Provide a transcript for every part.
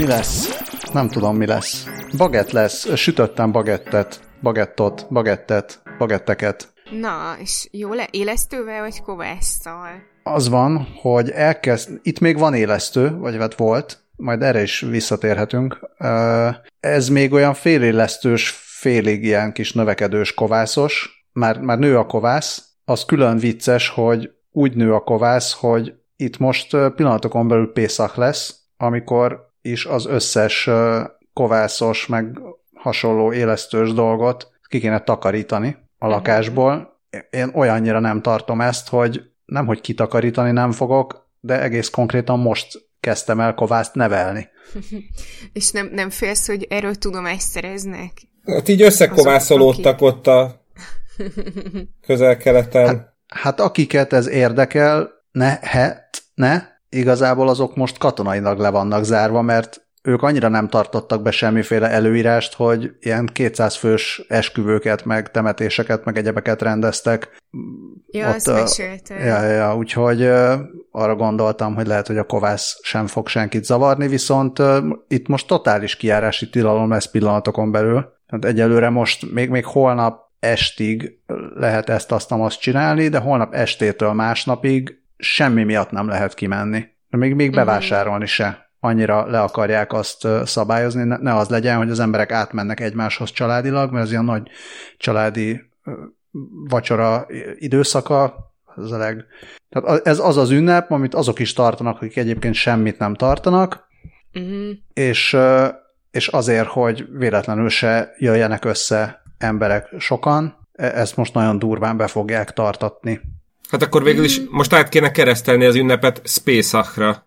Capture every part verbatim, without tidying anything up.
Mi lesz? Nem tudom, mi lesz. Bagett lesz. Sütöttem bagettet. Bagettot. Bagettet. Bagetteket. Na, és jó le élesztővel vagy kovásszal? Az van, hogy elkezd... Itt még van élesztő, vagy hát volt, majd erre is visszatérhetünk. Ez még olyan félélesztős, félig ilyen kis növekedős kovászos. Már, már nő a kovász. Az külön vicces, hogy úgy nő a kovász, hogy itt most pillanatokon belül Pészak lesz, amikor is az összes kovászos, meg hasonló élesztős dolgot ki kéne takarítani a lakásból. Én olyannyira nem tartom ezt, hogy nem, hogy kitakarítani nem fogok, de egész konkrétan most kezdtem el kovászt nevelni. És nem, nem félsz, hogy erről tudomást szereznek? Hát így összekovászolódtak aki... ott a Közel-Keleten. Hát, hát akiket ez érdekel, ne, het, ne, igazából azok most katonailag le vannak zárva, mert ők annyira nem tartottak be semmiféle előírást, hogy ilyen kétszáz fős esküvőket, meg temetéseket, meg egyebeket rendeztek. Ja, ott, azt meséltem. Ja, ja, úgyhogy uh, arra gondoltam, hogy lehet, hogy a kovász sem fog senkit zavarni, viszont uh, itt most totális kijárási tilalom lesz pillanatokon belül. Hát egyelőre most, még, még holnap estig lehet ezt, azt, azt csinálni, de holnap estétől másnapig semmi miatt nem lehet kimenni. Még, még bevásárolni se. Annyira le akarják azt szabályozni, ne, ne az legyen, hogy az emberek átmennek egymáshoz családilag, mert ez ilyen nagy családi vacsora időszaka, ez, a leg... Tehát ez az az ünnep, amit azok is tartanak, akik egyébként semmit nem tartanak, uh-huh. és, és azért, hogy véletlenül se jöjjenek össze emberek sokan, ezt most nagyon durván be fogják tartatni. Hát akkor végül is most át kéne keresztelni az ünnepet Spészakra.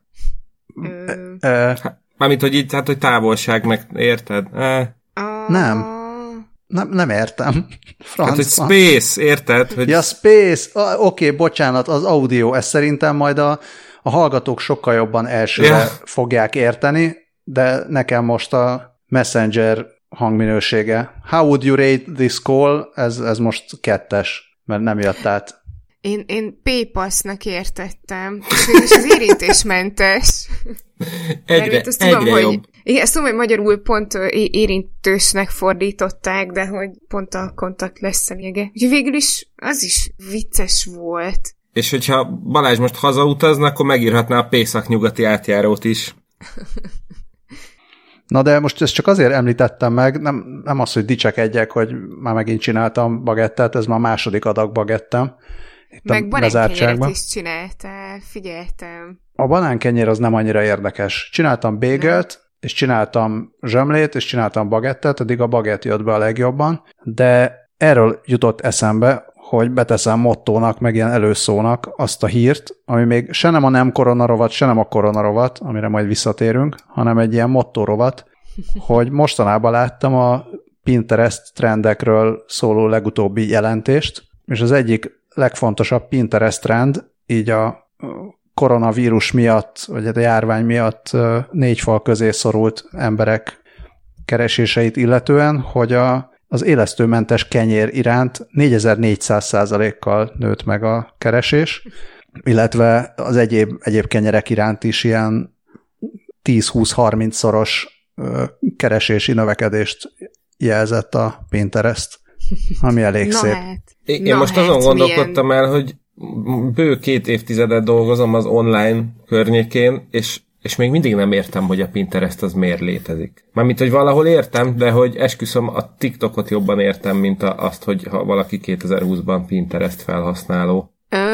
Mármint, hogy így, hát, hogy távolság, meg érted? E. Nem. nem. Nem értem. Franc, hát, hogy space, érted? Hogy... Ja, space. Oké, okay, bocsánat, az audio. Ez szerintem majd a, a hallgatók sokkal jobban elsőre ja. fogják érteni, de nekem most a Messenger hangminősége. How would you rate this call? Ez, ez most kettes, mert nem jött át. Én, én P-passznak értettem, és mégis az érintésmentes. Egyre, azt egyre tudom, jobb. Hogy, igen, azt tudom, hogy magyarul pont érintősnek fordították, de hogy pont a kontakt lesz személyege. Úgyhogy végül is az is vicces volt. És hogyha Balázs most hazautazna, akkor megírhatná a Pészak nyugati átjárót is. Na de most ezt csak azért említettem meg, nem, nem az, hogy dicsekedjek, hogy már megint csináltam bagettet, ez már második adag bagettem. Meg banánkenyeret is csináltál, figyeltem. A banánkenyér az nem annyira érdekes. Csináltam bagelt, és csináltam zsömlét, és csináltam bagettet, eddig a bagett jött be a legjobban, de erről jutott eszembe, hogy beteszem mottónak, meg ilyen előszónak azt a hírt, ami még se nem a nem koronarovat, se nem a koronarovat, amire majd visszatérünk, hanem egy ilyen mottórovat, hogy mostanában láttam a Pinterest trendekről szóló legutóbbi jelentést, és az egyik legfontosabb Pinterest trend, így a koronavírus miatt, vagy a járvány miatt négy fal közé szorult emberek kereséseit illetően, hogy a, az élesztőmentes kenyér iránt négyezer-négyszáz százalékkal nőtt meg a keresés, illetve az egyéb, egyéb kenyerek iránt is ilyen tíz-húsz-harminc szoros keresési növekedést jelzett a Pinterest, ami elég Na szép. Hát. Én, én most azon gondolkodtam milyen... el, hogy bő két évtizedet dolgozom az online környékén, és, és még mindig nem értem, hogy a Pinterest az miért létezik. Mármint, hogy valahol értem, de hogy esküszöm, a TikTokot jobban értem, mint a, azt, hogy ha valaki kétezer-húszban Pinterest felhasználó.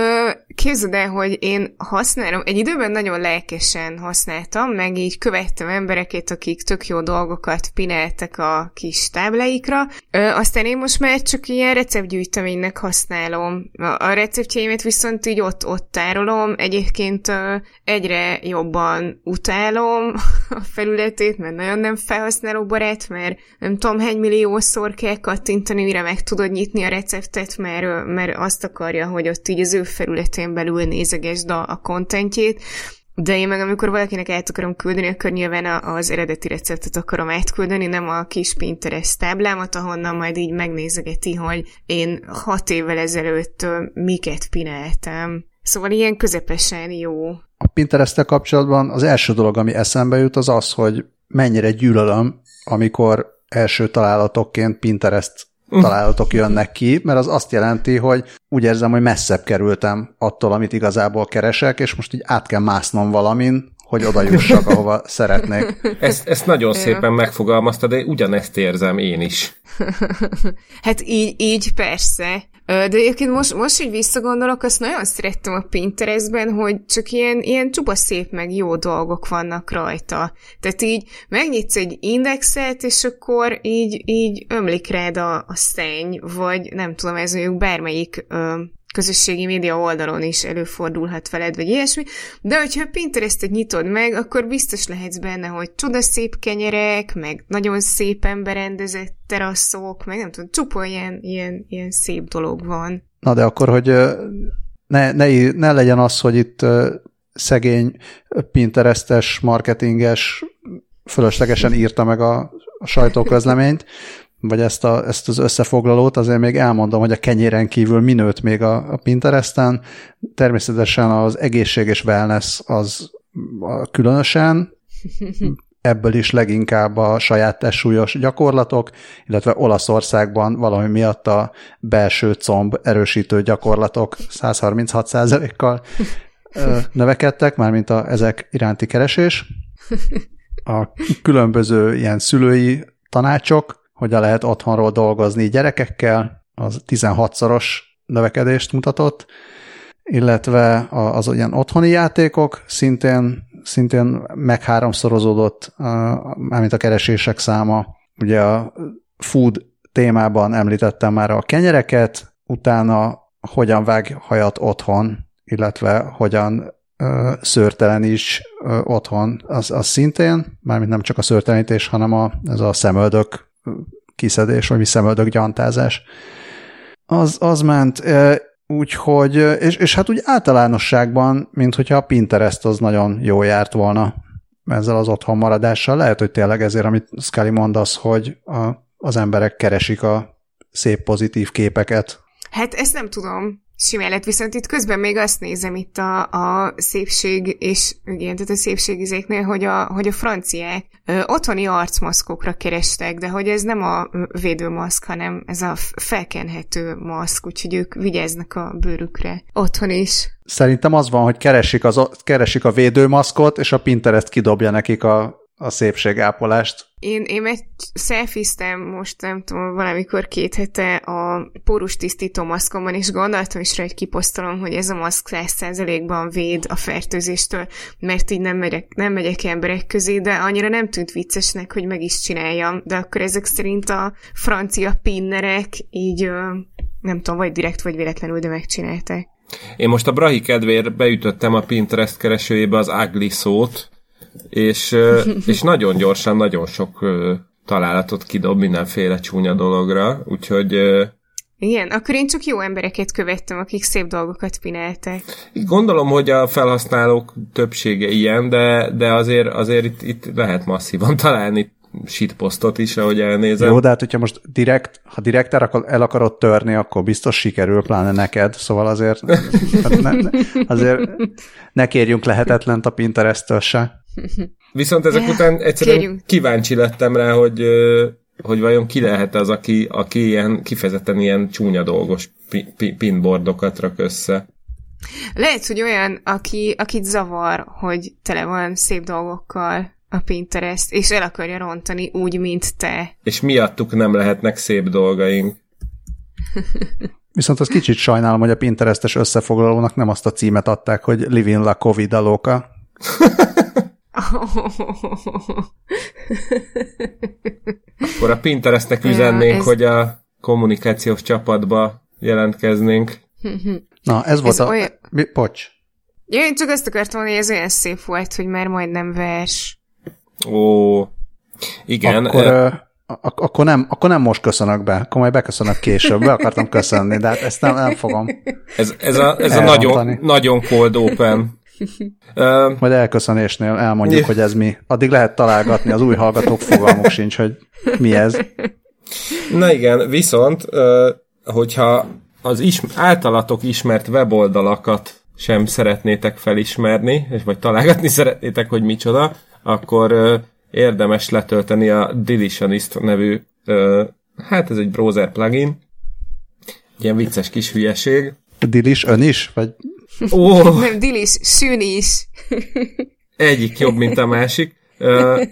Képzeld el, hogy én használom, egy időben nagyon lelkesen használtam, meg így követtem embereket, akik tök jó dolgokat pineltek a kis tábláikra. Ö, aztán én most már csak ilyen receptgyűjteménynek használom. A, a receptjeimet viszont így ott, ott tárolom. Egyébként ö, egyre jobban utálom a felületét, mert nagyon nem felhasználóbarát, mert nem tudom, hány milliószor kell kattintani, mire meg tudod nyitni a receptet, mert, mert azt akarja, hogy ott így az ő felületén belül nézegesd a, a contentjét, de én meg amikor valakinek át akarom küldeni, akkor nyilván az eredeti receptet akarom átküldeni, nem a kis Pinterest táblámat, ahonnan majd így megnézegeti, hogy én hat évvel ezelőtt miket pineltem. Szóval ilyen közepesen jó. A Pinterest-tel kapcsolatban az első dolog, ami eszembe jut, az az, hogy mennyire gyűlölöm, amikor első találatokként Pinterest találatok jönnek ki, mert az azt jelenti, hogy úgy érzem, hogy messzebb kerültem attól, amit igazából keresek, és most így át kell másznom valamin, hogy oda jussak, ahova szeretnék. Ezt, ezt nagyon szépen megfogalmaztad, de ugyanezt érzem én is. Hát így, így persze. De egyébként most, most így visszagondolok, azt nagyon szerettem a Pinterestben, hogy csak ilyen, ilyen csupa szép meg jó dolgok vannak rajta. Tehát így megnyitsz egy indexet, és akkor így, így ömlik rád a, a szenny, vagy nem tudom, ez mondjuk bármelyik ö, közösségi média oldalon is előfordulhat veled, vagy ilyesmi, de hogyha Pinterestet nyitod meg, akkor biztos lehetsz benne, hogy csodaszép kenyerek, meg nagyon szépen berendezett teraszok, meg nem tudom, csupa ilyen, ilyen, ilyen szép dolog van. Na de akkor, hogy ne, ne, ne legyen az, hogy itt szegény Pinterestes, marketinges fölöslegesen írta meg a, a sajtóközleményt, vagy ezt, a, ezt az összefoglalót, azért még elmondom, hogy a kenyéren kívül mi nőtt még a, a Pinteresten. Természetesen az egészség és wellness az különösen, ebből is leginkább a saját testsúlyos gyakorlatok, illetve Olaszországban valami miatt a belső comb erősítő gyakorlatok száz harminchat százalékkal növekedtek, mármint a, ezek iránti keresés. A különböző ilyen szülői tanácsok, hogyan lehet otthonról dolgozni gyerekekkel, az tizenhatszoros növekedést mutatott, illetve az olyan otthoni játékok szintén, szintén megháromszorozódott, mármint a keresések száma. Ugye a food témában említettem már a kenyereket, utána hogyan vág hajat otthon, illetve hogyan ö, szőrteleníts ö, otthon, az, az szintén, mármint nem csak a szőrtelenítés, hanem a, ez a szemöldök kiszedés, vagy szemöldök gyantázás. Az, az ment, úgyhogy, és, és hát úgy általánosságban, mint hogyha a Pinterest az nagyon jó járt volna ezzel az otthon maradással. Lehet, hogy tényleg ezért, amit Scully mondasz, hogy a, az emberek keresik a szép pozitív képeket. Hát ezt nem tudom. Simán lett, viszont itt közben még azt nézem itt a, a szépség, és igen, tehát a szépségizéknél, hogy a, hogy a franciák ö, otthoni arcmaszkokra kerestek, de hogy ez nem a védőmaszk, hanem ez a felkenhető maszk, úgyhogy ők vigyáznak a bőrükre otthon is. Szerintem az van, hogy keresik, az, keresik a védőmaszkot, és a Pinterest kidobja nekik a, a szépségápolást. Én, én meg szelfiztem most, nem tudom, valamikor két hete a pórus tisztító maszkomban, és gondoltam is rá, hogy kiposztolom, hogy ez a maszk száz százalékban véd a fertőzéstől, mert így nem megyek, nem megyek emberek közé, de annyira nem tűnt viccesnek, hogy meg is csináljam. De akkor ezek szerint a francia pinnerek így, nem tudom, vagy direkt, vagy véletlenül, de megcsinálták. Én most a Brahi kedvéért beütöttem a Pinterest keresőjébe az ugly szót, és, és nagyon gyorsan, nagyon sok találatot kidob mindenféle csúnya dologra, úgyhogy... Igen, akkor én csak jó embereket követtem, akik szép dolgokat pineltek. Gondolom, hogy a felhasználók többsége ilyen, de, de azért, azért itt, itt lehet masszívan találni shitpostot is, ahogy elnézem. Jó, de hát, hogyha most direkt, ha direkt el akarod törni, akkor biztos sikerül, pláne neked, szóval azért ne, ne, azért ne kérjünk lehetetlent a Pinteresttől se. Viszont ezek után egyszerűen Kérjünk. kíváncsi lettem rá, hogy, hogy vajon ki lehet az, aki, aki ilyen, kifejezetten ilyen csúnya dolgos pinboardokat rak össze. Lehet, hogy olyan, aki, akit zavar, hogy tele van szép dolgokkal a Pinterest, és el akarja rontani úgy, mint te. És miattuk nem lehetnek szép dolgaink. Viszont az kicsit sajnálom, hogy a Pinterestes összefoglalónak nem azt a címet adták, hogy Living la Covid alóka. Akkor a Pinterestnek üzennénk, ja, ez... hogy a kommunikációs csapatba jelentkeznénk. Na, ez volt ez a... Olyan... Pocs. Ja, én csak azt akartam, hogy ez olyan szép volt, hogy már majdnem vers. Ó, igen. Akkor, e... uh, ak- akkor, nem, akkor nem most köszönök be, akkor majd beköszönök később. Be akartam köszönni, de hát ezt nem, nem fogom. Ez, ez a, ez a nagyon, nagyon cold open. Uh, Majd elköszönésnél elmondjuk, yeah. hogy ez mi. Addig lehet találgatni, az új hallgatók fogalmuk sincs, hogy mi ez. Na igen, viszont, uh, hogyha az ism- általatok ismert weboldalakat sem szeretnétek felismerni, és vagy találgatni szeretnétek, hogy micsoda, akkor uh, érdemes letölteni a Deletionist nevű, ö, hát ez egy browser plugin, ilyen vicces kis hülyeség. Dilis, ön is? Vagy... Oh. Nem, Dilis, Sűn is. Egyik jobb, mint a másik. Uh,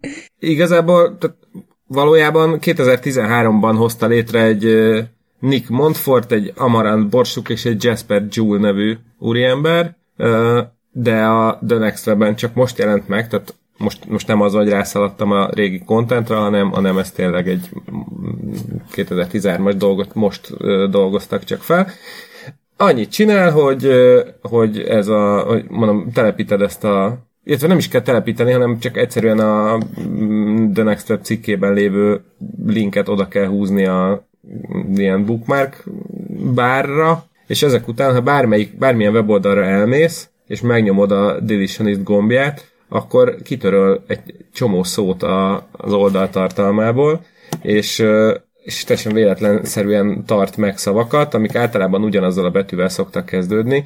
igazából tehát valójában kétezer-tizenháromban hozta létre egy uh, Nick Montfort, egy Amarant Borsuk és egy Jasper Joule nevű úriember, uh, de a The Next Webben csak most jelent meg, tehát most, most nem az, hogy rászaladtam a régi contentra, hanem, hanem ez tényleg egy kétezer-tizenhármas dolgot most uh, dolgoztak csak fel. Annyit csinál, hogy, hogy ez a, hogy mondom, telepíted ezt a, illetve nem is kell telepíteni, hanem csak egyszerűen a The Next Web cikkében lévő linket oda kell húzni a ilyen bookmark bárra, és ezek után, ha bármelyik, bármilyen weboldalra elmész, és megnyomod a Deletionist gombját, akkor kitöröl egy csomó szót a, az oldal tartalmából, és és teljesen véletlenszerűen tart meg szavakat, amik általában ugyanazzal a betűvel szoktak kezdődni.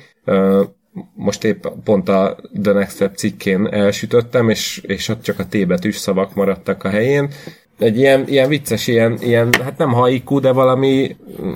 Most épp pont a The Next Web cikkén elsütöttem, és, és ott csak a T betűs szavak maradtak a helyén. Egy ilyen, ilyen vicces, ilyen, ilyen, hát nem haiku, de valami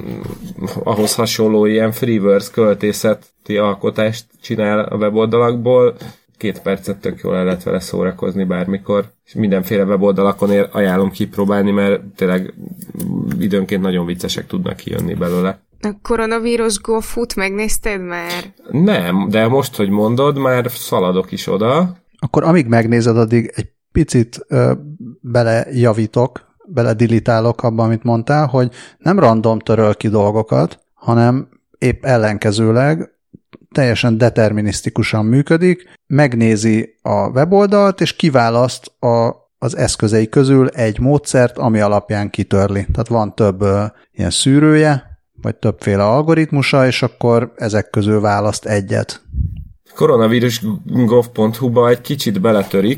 ahhoz hasonló ilyen freeverse költészeti alkotást csinál a weboldalakból. Két percet tök jól el lehet vele szórakozni bármikor. És mindenféle weboldalakon ér, ajánlom kipróbálni, mert tényleg időnként nagyon viccesek tudnak kijönni belőle. A koronavírus GoFoot megnézted már? Nem, de most, hogy mondod, már szaladok is oda. Akkor amíg megnézed, addig egy picit ö, belejavítok, beledilitálok abban, amit mondtál, hogy nem random töröl ki dolgokat, hanem épp ellenkezőleg teljesen determinisztikusan működik, megnézi a weboldalt, és kiválaszt a, az eszközei közül egy módszert, ami alapján kitörli. Tehát van több uh, ilyen szűrője, vagy többféle algoritmusa, és akkor ezek közül választ egyet. koronavírus gov pont hu-ba egy kicsit beletörik,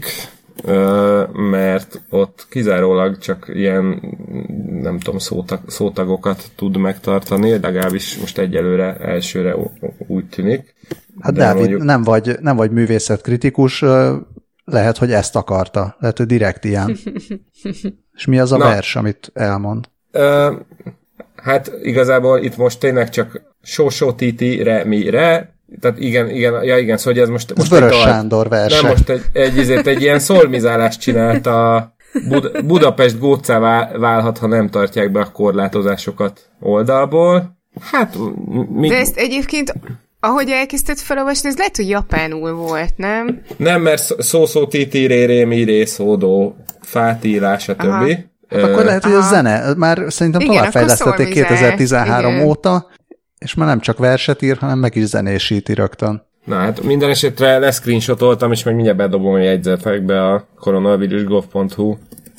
mert ott kizárólag csak ilyen, nem tudom, szótag, szótagokat tud megtartani, legalábbis most egyelőre elsőre úgy tűnik. Hát de Dávid, mondjuk... nem, vagy, nem vagy művészetkritikus, lehet, hogy ezt akarta. Lehet, hogy direkt ilyen. És mi az a Na, vers, amit elmond? Uh, hát igazából itt most tényleg csak so-so titi re mi re, tehát igen, igen, ja igen, szóval ez most... most Vörös Sándor verse. Nem, most egy, egy, egy, egy ilyen szolmizálást csinált a Bud- Budapest góccá válhat, ha nem tartják be a korlátozásokat oldalból. Hát... Mi... De ezt egyébként, ahogy elkezdted felolvasni, ez lehet, hogy japánul volt, nem? Nem, mert szó-szó titi ré ré mi ré szódó fátírás, stb. Hát akkor lehet, hogy a zene, már szerintem továbbfejlesztették kétezer-tizenhárom igen. óta, és már nem csak verset ír, hanem meg is zenésíti rögtön. Na hát minden esetre leszcreenshotoltam, és meg mindjárt bedobom a jegyzetekbe a koronavírus gov pont hu.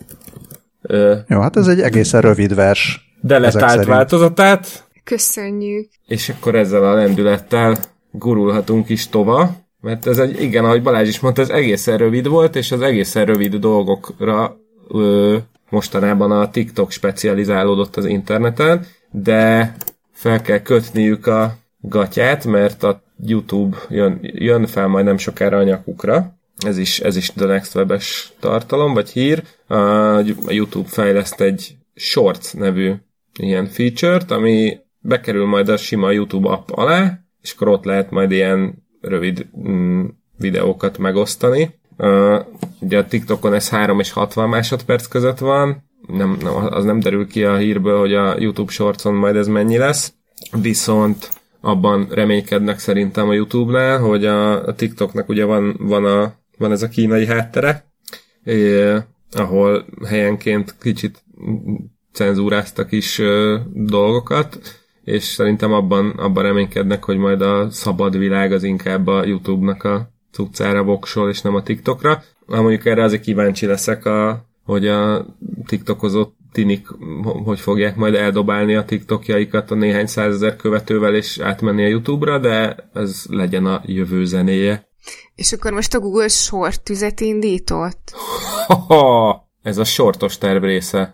Ö, Jó, hát ez egy egészen rövid vers. Deletált változatát. Köszönjük. És akkor ezzel a lendülettel gurulhatunk is tova, mert ez egy, igen, ahogy Balázs is mondta, ez egészen rövid volt, és az egészen rövid dolgokra ö, mostanában a TikTok specializálódott az interneten, de fel kell kötniük a gatyát, mert a YouTube jön, jön fel majd nem sokára a nyakukra. Ez is, ez is The Next Web-es tartalom, vagy hír. A YouTube fejleszt egy Shorts nevű ilyen feature-t, ami bekerül majd a sima YouTube app alá, és akkor ott lehet majd ilyen rövid mm, videókat megosztani. Uh, ugye a TikTokon ez három és hatvan másodperc között van, nem, nem, az nem derül ki a hírből, hogy a YouTube Shortson majd ez mennyi lesz, viszont abban reménykednek szerintem a YouTube-nál, hogy a, a TikToknak ugye van, van, a, van ez a kínai háttere, eh, ahol helyenként kicsit cenzúráztak is eh, dolgokat, és szerintem abban, abban reménykednek, hogy majd a szabad világ az inkább a YouTube-nak a cuccára voksol, és nem a TikTokra. Ha mondjuk erre azért kíváncsi leszek, a, hogy a TikTokozó tinik hogy fogják majd eldobálni a TikTokjaikat a néhány százezer követővel, és átmenni a YouTube-ra, de ez legyen a jövő zenéje. És akkor most a Google Short tüzet indított? Ha-ha! Ez a sortos terv része.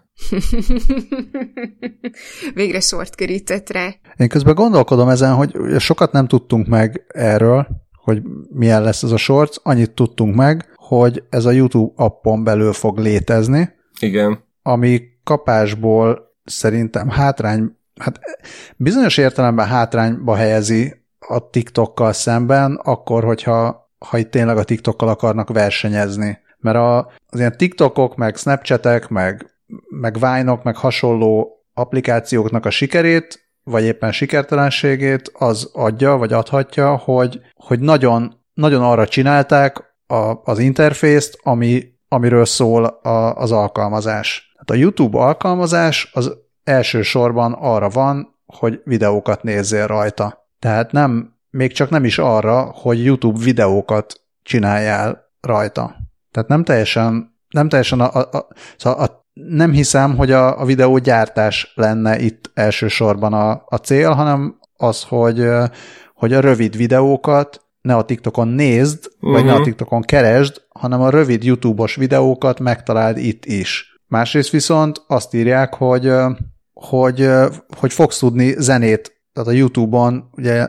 Végre sort kerített rá. Én közben gondolkodom ezen, hogy sokat nem tudtunk meg erről, hogy milyen lesz ez a shorts, annyit tudtunk meg, hogy ez a YouTube appon belül fog létezni. Igen. Ami kapásból szerintem hátrány, hát bizonyos értelemben hátrányba helyezi a TikTokkal szemben, akkor, hogyha ha itt tényleg a TikTokkal akarnak versenyezni. Mert a, az ilyen TikTokok, meg Snapchatek, meg, meg Vine-ok, meg hasonló applikációknak a sikerét, vagy éppen sikertelenségét az adja, vagy adhatja, hogy, hogy nagyon, nagyon arra csinálták a, az interfészt, ami, amiről szól a, az alkalmazás. Hát a YouTube alkalmazás az elsősorban arra van, hogy videókat nézzél rajta. Tehát nem, még csak nem is arra, hogy YouTube videókat csináljál rajta. Tehát nem teljesen, nem teljesen a, a, a, szóval a nem hiszem, hogy a, a videógyártás lenne itt elsősorban a, a cél, hanem az, hogy, hogy a rövid videókat ne a TikTokon nézd, uh-huh. vagy ne a TikTokon keresd, hanem a rövid YouTube-os videókat megtaláld itt is. Másrészt viszont azt írják, hogy, hogy, hogy fogsz tudni zenét, tehát a YouTube-on ugye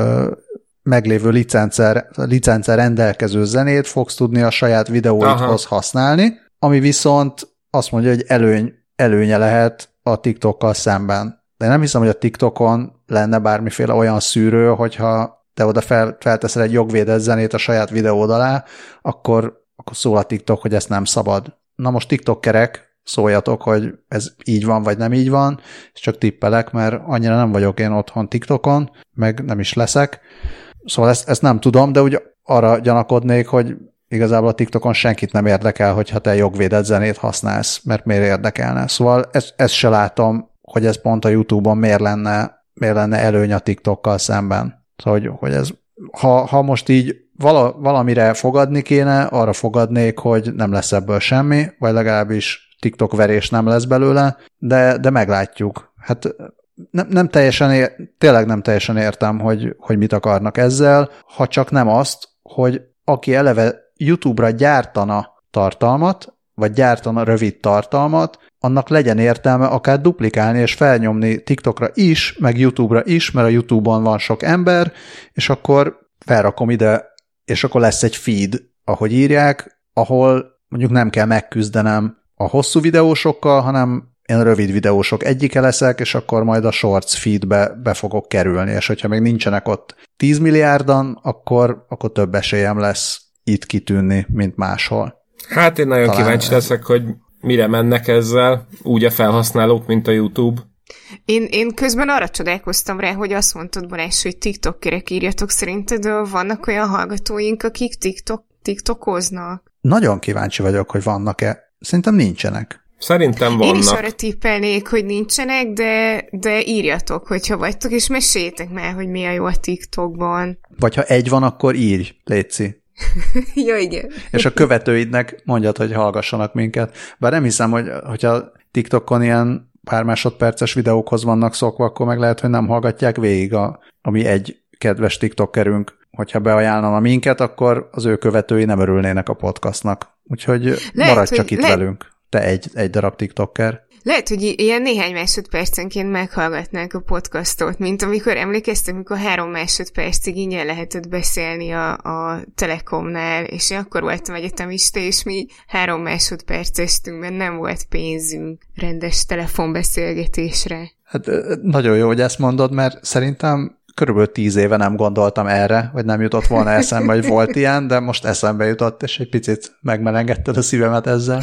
meglévő licenccel, licenccel rendelkező zenét fogsz tudni a saját videóidhoz használni, ami viszont azt mondja, hogy előny, előnye lehet a TikTokkal szemben. De nem hiszem, hogy a TikTokon lenne bármiféle olyan szűrő, hogyha te oda fel, felteszel egy jogvédett zenét a saját videód alá, akkor, akkor szól a TikTok, hogy ezt nem szabad. Na most TikTokkerek, szóljatok, hogy ez így van, vagy nem így van, és csak tippelek, mert annyira nem vagyok én otthon TikTokon, meg nem is leszek. Szóval ezt, ezt nem tudom, de úgy arra gyanakodnék, hogy igazából a TikTokon senkit nem érdekel, hogyha te jogvédett zenét használsz, mert miért érdekelne. Szóval ezt, ezt se látom, hogy ez pont a YouTube-on miért lenne, miért lenne előny a TikTokkal szemben. Szóval, hogy, hogy ez, ha, ha most így vala, valamire fogadni kéne, arra fogadnék, hogy nem lesz ebből semmi, vagy legalábbis TikTok verés nem lesz belőle, de, de meglátjuk. Hát nem, nem teljesen ér, tényleg nem teljesen értem, hogy, hogy mit akarnak ezzel, ha csak nem azt, hogy aki eleve YouTube-ra gyártana tartalmat, vagy gyártana rövid tartalmat, annak legyen értelme akár duplikálni és felnyomni TikTokra is, meg YouTube-ra is, mert a YouTube-on van sok ember, és akkor felrakom ide, és akkor lesz egy feed, ahogy írják, ahol mondjuk nem kell megküzdenem a hosszú videósokkal, hanem én rövid videósok egyike leszek, és akkor majd a Shorts feedbe be fogok kerülni, és hogyha még nincsenek ott tíz milliárdan, akkor, akkor több esélyem lesz itt kitűnni, mint máshol. Hát én nagyon Talán kíváncsi ez... leszek, hogy mire mennek ezzel, úgy a felhasználók, mint a YouTube. Én, én közben arra csodálkoztam rá, hogy azt mondtad, Balázs, hogy TikTokkerek, írjatok, szerinted vannak olyan hallgatóink, akik TikTok, TikTokoznak? Nagyon kíváncsi vagyok, hogy vannak-e. Szerintem nincsenek. Szerintem vannak. Én is arra tippelnék, hogy nincsenek, de, de írjatok, hogyha vagytok, és meséljétek már, hogy mi a jó a TikTokban. Vagy ha egy van, akkor írj, létszi. Ja, igen. És a követőidnek mondjad, hogy hallgassanak minket. Bár nem hiszem, hogy hogyha TikTokon ilyen pár másodperces videókhoz vannak szokva, akkor meg lehet, hogy nem hallgatják végig a, ami egy kedves TikTokerünk. Hogyha beajánlana minket, akkor az ő követői nem örülnének a podcastnak. Úgyhogy lehet, maradj csak itt le... velünk. Te egy, egy darab TikToker. Lehet, hogy ilyen néhány másodpercenként meghallgatnánk a podcastot, mint amikor emlékeztem, amikor három másodpercig ingyen lehetett beszélni a, a Telekomnál, és én akkor voltam egyetemista, és mi három másodpercestünk, mert nem volt pénzünk rendes telefonbeszélgetésre. Hát nagyon jó, hogy ezt mondod, mert szerintem körülbelül tíz éve nem gondoltam erre, vagy nem jutott volna eszembe, hogy volt ilyen, de most eszembe jutott, és egy picit megmelengetted a szívemet ezzel.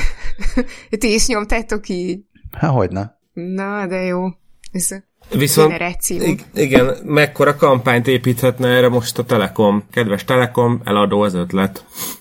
Ti is nyomtátok így? Há, hogyne. Na, de jó. Ez a Viszont, generáció. Igen, mekkora kampányt építhetne erre most a Telekom? Kedves Telekom, eladó az ötlet.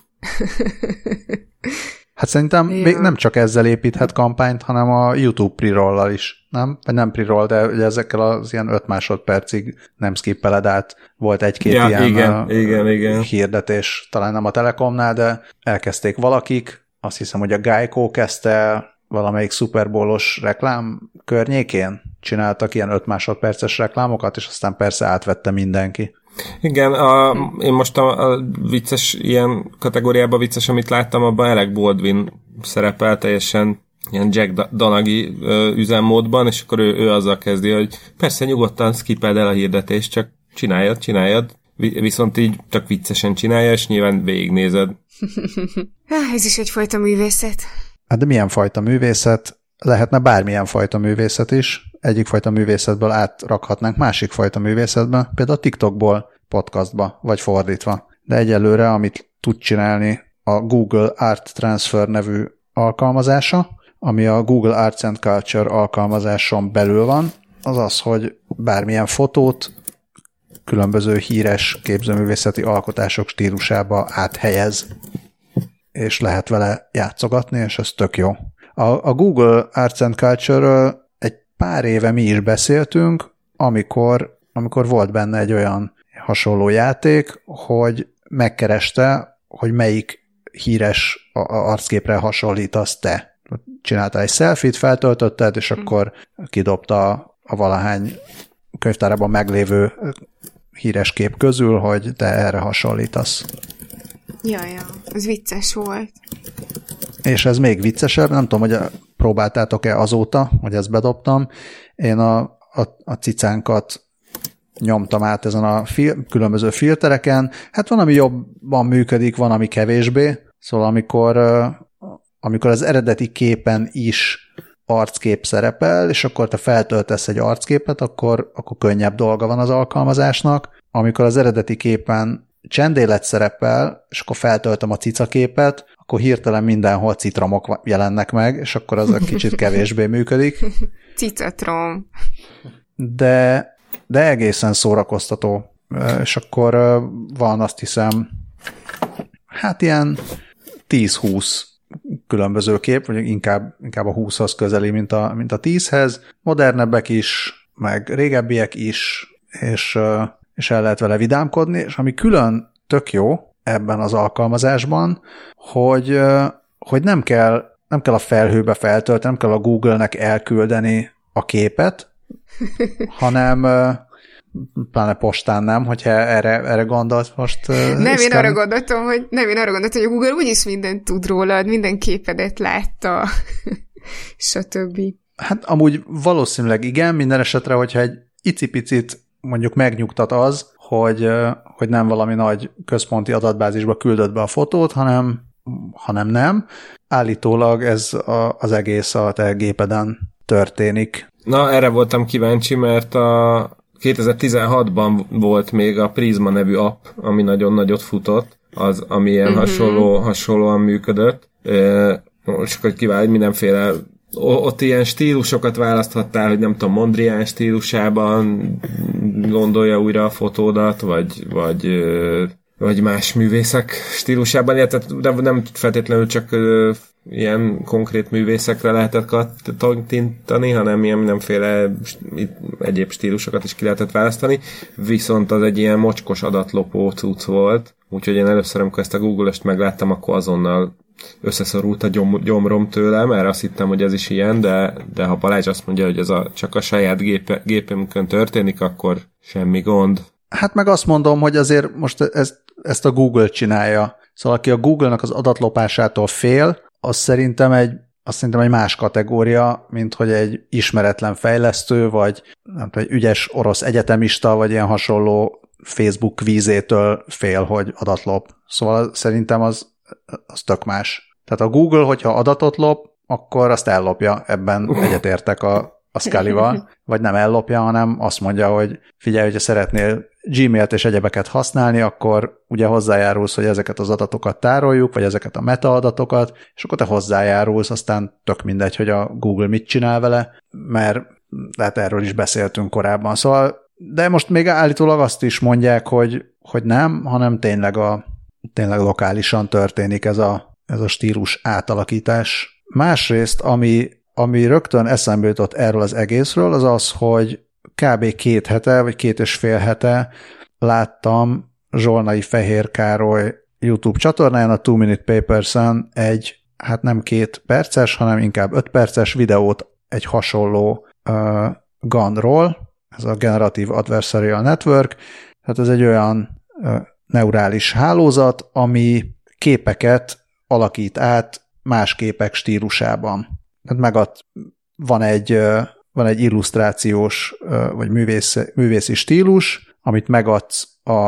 Hát szerintem ja. még nem csak ezzel építhet kampányt, hanem a YouTube pre-roll-al is, nem? Vagy nem pre-roll, de ugye ezekkel az ilyen öt másodpercig nem skippeled át. Volt egy-két ja, ilyen igen, uh, igen, igen. hirdetés, talán nem a Telekomnál, de elkezdték valakik. Azt hiszem, hogy a Geico kezdte valamelyik Super Bowl-os reklám környékén. Csináltak ilyen öt másodperces reklámokat, és aztán persze átvette mindenki. Igen, a, én most a, a vicces, ilyen kategóriában vicces, amit láttam, abban Alec Baldwin szerepel teljesen ilyen Jack Donaghy üzemmódban, és akkor ő, ő azzal kezdi, hogy persze nyugodtan skippeld el a hirdetést, csak csináljad, csináljad, viszont így csak viccesen csinálja, és nyilván végignézed. Ez is egyfajta művészet. Hát de milyen fajta művészet? Lehetne bármilyen fajta művészet is. Egyik fajta művészetből átrakhatnánk másik fajta művészetbe, például a TikTokból podcastba, vagy fordítva. De egyelőre, amit tud csinálni a Google Art Transfer nevű alkalmazása, ami a Google Arts and Culture alkalmazáson belül van, az az, hogy bármilyen fotót különböző híres képzőművészeti alkotások stílusába áthelyez, és lehet vele játszogatni, és ez tök jó. A, a Google Arts and Culture-ről egy pár éve mi is beszéltünk, amikor, amikor volt benne egy olyan hasonló játék, hogy megkereste, hogy melyik híres arcképre hasonlítasz te. Csináltál egy selfie-t, feltöltötted, és akkor kidobta a valahány könyvtárában meglévő híres kép közül, hogy te erre hasonlítasz. Jaj, ja, ez vicces volt. És ez még viccesebb, nem tudom, hogy próbáltátok-e azóta, hogy ezt bedobtam. Én a, a, a cicánkat nyomtam át ezen a fil- különböző filtereken. Hát van, ami jobban működik, van, ami kevésbé. Szóval amikor, amikor az eredeti képen is arckép szerepel, és akkor te feltöltesz egy arcképet, akkor, akkor könnyebb dolga van az alkalmazásnak. Amikor az eredeti képen csendélet szerepel, és akkor feltöltöm a cicaképet, akkor hirtelen mindenhol citromok jelennek meg, és akkor az a kicsit kevésbé működik. Cicatrom. De, de egészen szórakoztató. És akkor van, azt hiszem, hát ilyen tíz-húsz különböző kép, vagy inkább, inkább a húszhoz közeli, mint a, mint a tízhez. Modernebbek is, meg régebbiek is, és, és el lehet vele vidámkodni, és ami külön tök jó ebben az alkalmazásban, hogy, hogy nem kell, nem kell a felhőbe feltölteni, nem kell a Google-nek elküldeni a képet, hanem pláne postán nem, hogyha erre, erre gondolt most. Nem, én arra gondoltam, hogy nem, én arra gondoltam, hogy a Google úgyis mindent tud rólad, minden képedet látta, stb. Hát amúgy valószínűleg igen, minden esetre, hogyha egy icipicit mondjuk megnyugtat az, hogy, hogy nem valami nagy központi adatbázisba küldött be a fotót, hanem, hanem nem. Állítólag ez a, az egész a te gépeden történik. Na, erre voltam kíváncsi, mert a kétezer-tizenhatban volt még a Prisma nevű app, ami nagyon nagyot futott, az, ami ilyen mm-hmm. hasonló, hasonlóan működött. És akkor kiválj mindenféle ott ilyen stílusokat választhattál, hogy nem tudom, Mondrian stílusában gondolja újra a fotódat, vagy, vagy, vagy más művészek stílusában, de nem feltétlenül csak ilyen konkrét művészekre lehetett kattintani, hanem ilyen mindenféle egyéb stílusokat is ki lehetett választani, viszont az egy ilyen mocskos adatlopó cucc volt, úgyhogy én először, amikor ezt a Google-öst megláttam, akkor azonnal összeszorult a gyom, gyomrom tőlem, mert azt hittem, hogy ez is ilyen, de, de ha Balázs azt mondja, hogy ez a, csak a saját gépe, gépemükön történik, akkor semmi gond. Hát meg azt mondom, hogy azért most ezt, ezt a Google csinálja. Szóval aki a Google-nak az adatlopásától fél, az szerintem egy, azt szerintem egy más kategória, mint hogy egy ismeretlen fejlesztő, vagy nem tudom, egy ügyes orosz egyetemista, vagy ilyen hasonló Facebook kvízétől fél, hogy adatlop. Szóval szerintem az az tök más. Tehát a Google, hogyha adatot lop, akkor azt ellopja, ebben egyetértek a, a Scully-val, vagy nem ellopja, hanem azt mondja, hogy figyelj, hogyha szeretnél Gmailt és egyebeket használni, akkor ugye hozzájárulsz, hogy ezeket az adatokat tároljuk, vagy ezeket a metaadatokat, és akkor te hozzájárulsz, aztán tök mindegy, hogy a Google mit csinál vele, mert lehet erről is beszéltünk korábban. Szóval, de most még állítólag azt is mondják, hogy, hogy nem, hanem tényleg a tényleg lokálisan történik ez a, ez a stílus átalakítás. Másrészt, ami, ami rögtön eszembe jutott erről az egészről, az az, hogy kb. két hete, vagy két és fél hete láttam Zsolnai Fehér Károly YouTube csatornáján, a Two Minute Papers-en egy, hát nem két perces, hanem inkább öt perces videót egy hasonló uh, ganról, ez a Generative Adversarial Network, tehát ez egy olyan uh, neurális hálózat, ami képeket alakít át más képek stílusában. Tehát megad, van egy, van egy illusztrációs vagy művész, művészi stílus, amit megadsz a,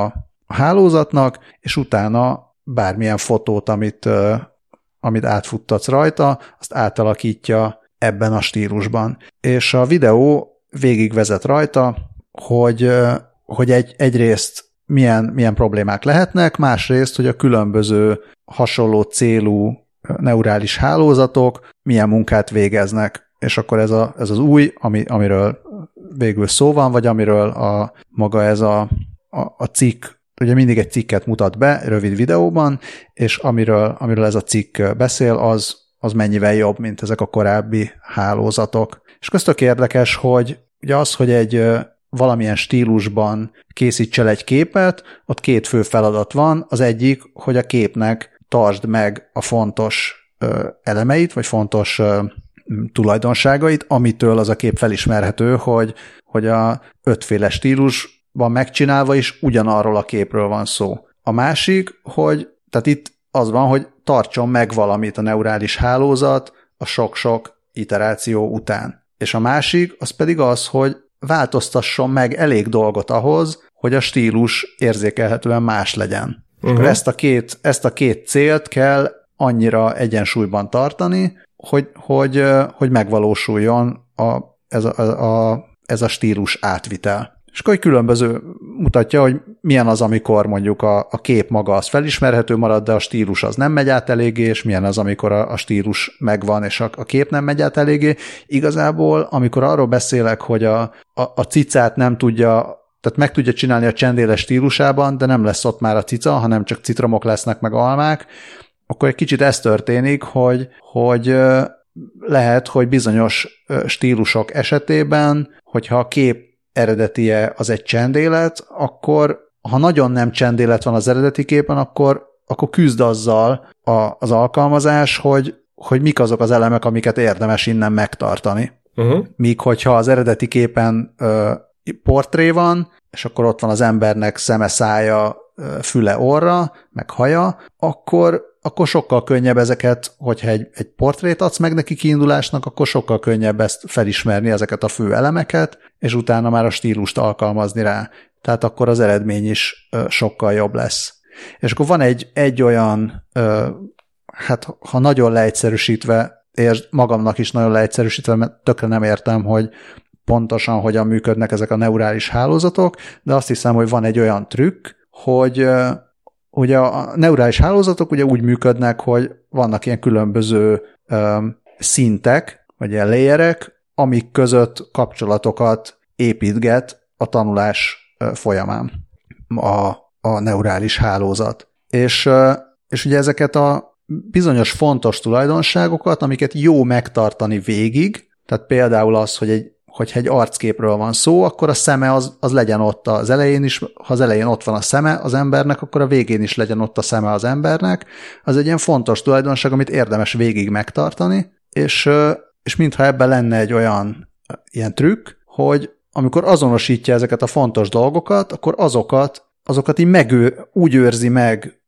a hálózatnak, és utána bármilyen fotót, amit, amit átfuttatsz rajta, azt átalakítja ebben a stílusban. És a videó végigvezet rajta, hogy, hogy egy, egyrészt milyen, milyen problémák lehetnek, másrészt, hogy a különböző hasonló célú neurális hálózatok milyen munkát végeznek. És akkor ez, a, ez az új, ami, amiről végül szó van, vagy amiről a, maga ez a, a, a cikk, ugye mindig egy cikket mutat be rövid videóban, és amiről, amiről ez a cikk beszél, az, az mennyivel jobb, mint ezek a korábbi hálózatok. És köztök érdekes, hogy ugye az, hogy egy valamilyen stílusban készíts el egy képet, ott két fő feladat van. Az egyik, hogy a képnek tartsd meg a fontos ö, elemeit, vagy fontos ö, tulajdonságait, amitől az a kép felismerhető, hogy, hogy a ötféle stílusban megcsinálva is ugyanarról a képről van szó. A másik, hogy tehát itt az van, hogy tartson meg valamit a neurális hálózat a sok-sok iteráció után. És a másik, az pedig az, hogy változtasson meg elég dolgot ahhoz, hogy a stílus érzékelhetően más legyen. Uh-huh. Ezt a két, ezt a két célt kell annyira egyensúlyban tartani, hogy, hogy, hogy megvalósuljon a, ez, a, a, ez a stílus átvitel. És akkor különböző mutatja, hogy milyen az, amikor mondjuk a, a kép maga az felismerhető marad, de a stílus az nem megy át eléggé, és milyen az, amikor a, a stílus megvan, és a, a kép nem megy át eléggé. Igazából, amikor arról beszélek, hogy a, a, a cicát nem tudja, tehát meg tudja csinálni a csendéles stílusában, de nem lesz ott már a cica, hanem csak citromok lesznek, meg almák, akkor egy kicsit ez történik, hogy, hogy lehet, hogy bizonyos stílusok esetében, hogyha a kép eredetie az egy csendélet, akkor ha nagyon nem csendélet van az eredeti képen, akkor, akkor küzd azzal a, az alkalmazás, hogy, hogy mik azok az elemek, amiket érdemes innen megtartani. Uh-huh. Míg hogyha az eredeti képen ö, portré van, és akkor ott van az embernek szeme, szája, füle, orra, meg haja, akkor, akkor sokkal könnyebb ezeket, hogyha egy, egy portrét adsz meg neki kiindulásnak, akkor sokkal könnyebb ezt felismerni, ezeket a fő elemeket, és utána már a stílust alkalmazni rá. Tehát akkor az eredmény is ö, sokkal jobb lesz. És akkor van egy, egy olyan, ö, hát ha nagyon leegyszerűsítve, és magamnak is nagyon leegyszerűsítve, mert tökre nem értem, hogy pontosan hogyan működnek ezek a neurális hálózatok, de azt hiszem, hogy van egy olyan trükk, hogy ugye a neurális hálózatok ugye úgy működnek, hogy vannak ilyen különböző um, szintek, vagy ilyen layerek, amik között kapcsolatokat építget a tanulás uh, folyamán a, a neurális hálózat. És, uh, és ugye ezeket a bizonyos fontos tulajdonságokat, amiket jó megtartani végig, tehát például az, hogy egy hogyha egy arcképről van szó, akkor a szeme az, az legyen ott az elején is, ha az elején ott van a szeme az embernek, akkor a végén is legyen ott a szeme az embernek. Az egy ilyen fontos tulajdonság, amit érdemes végig megtartani, és, és mintha ebben lenne egy olyan ilyen trükk, hogy amikor azonosítja ezeket a fontos dolgokat, akkor azokat, azokat így megő, úgy őrzi meg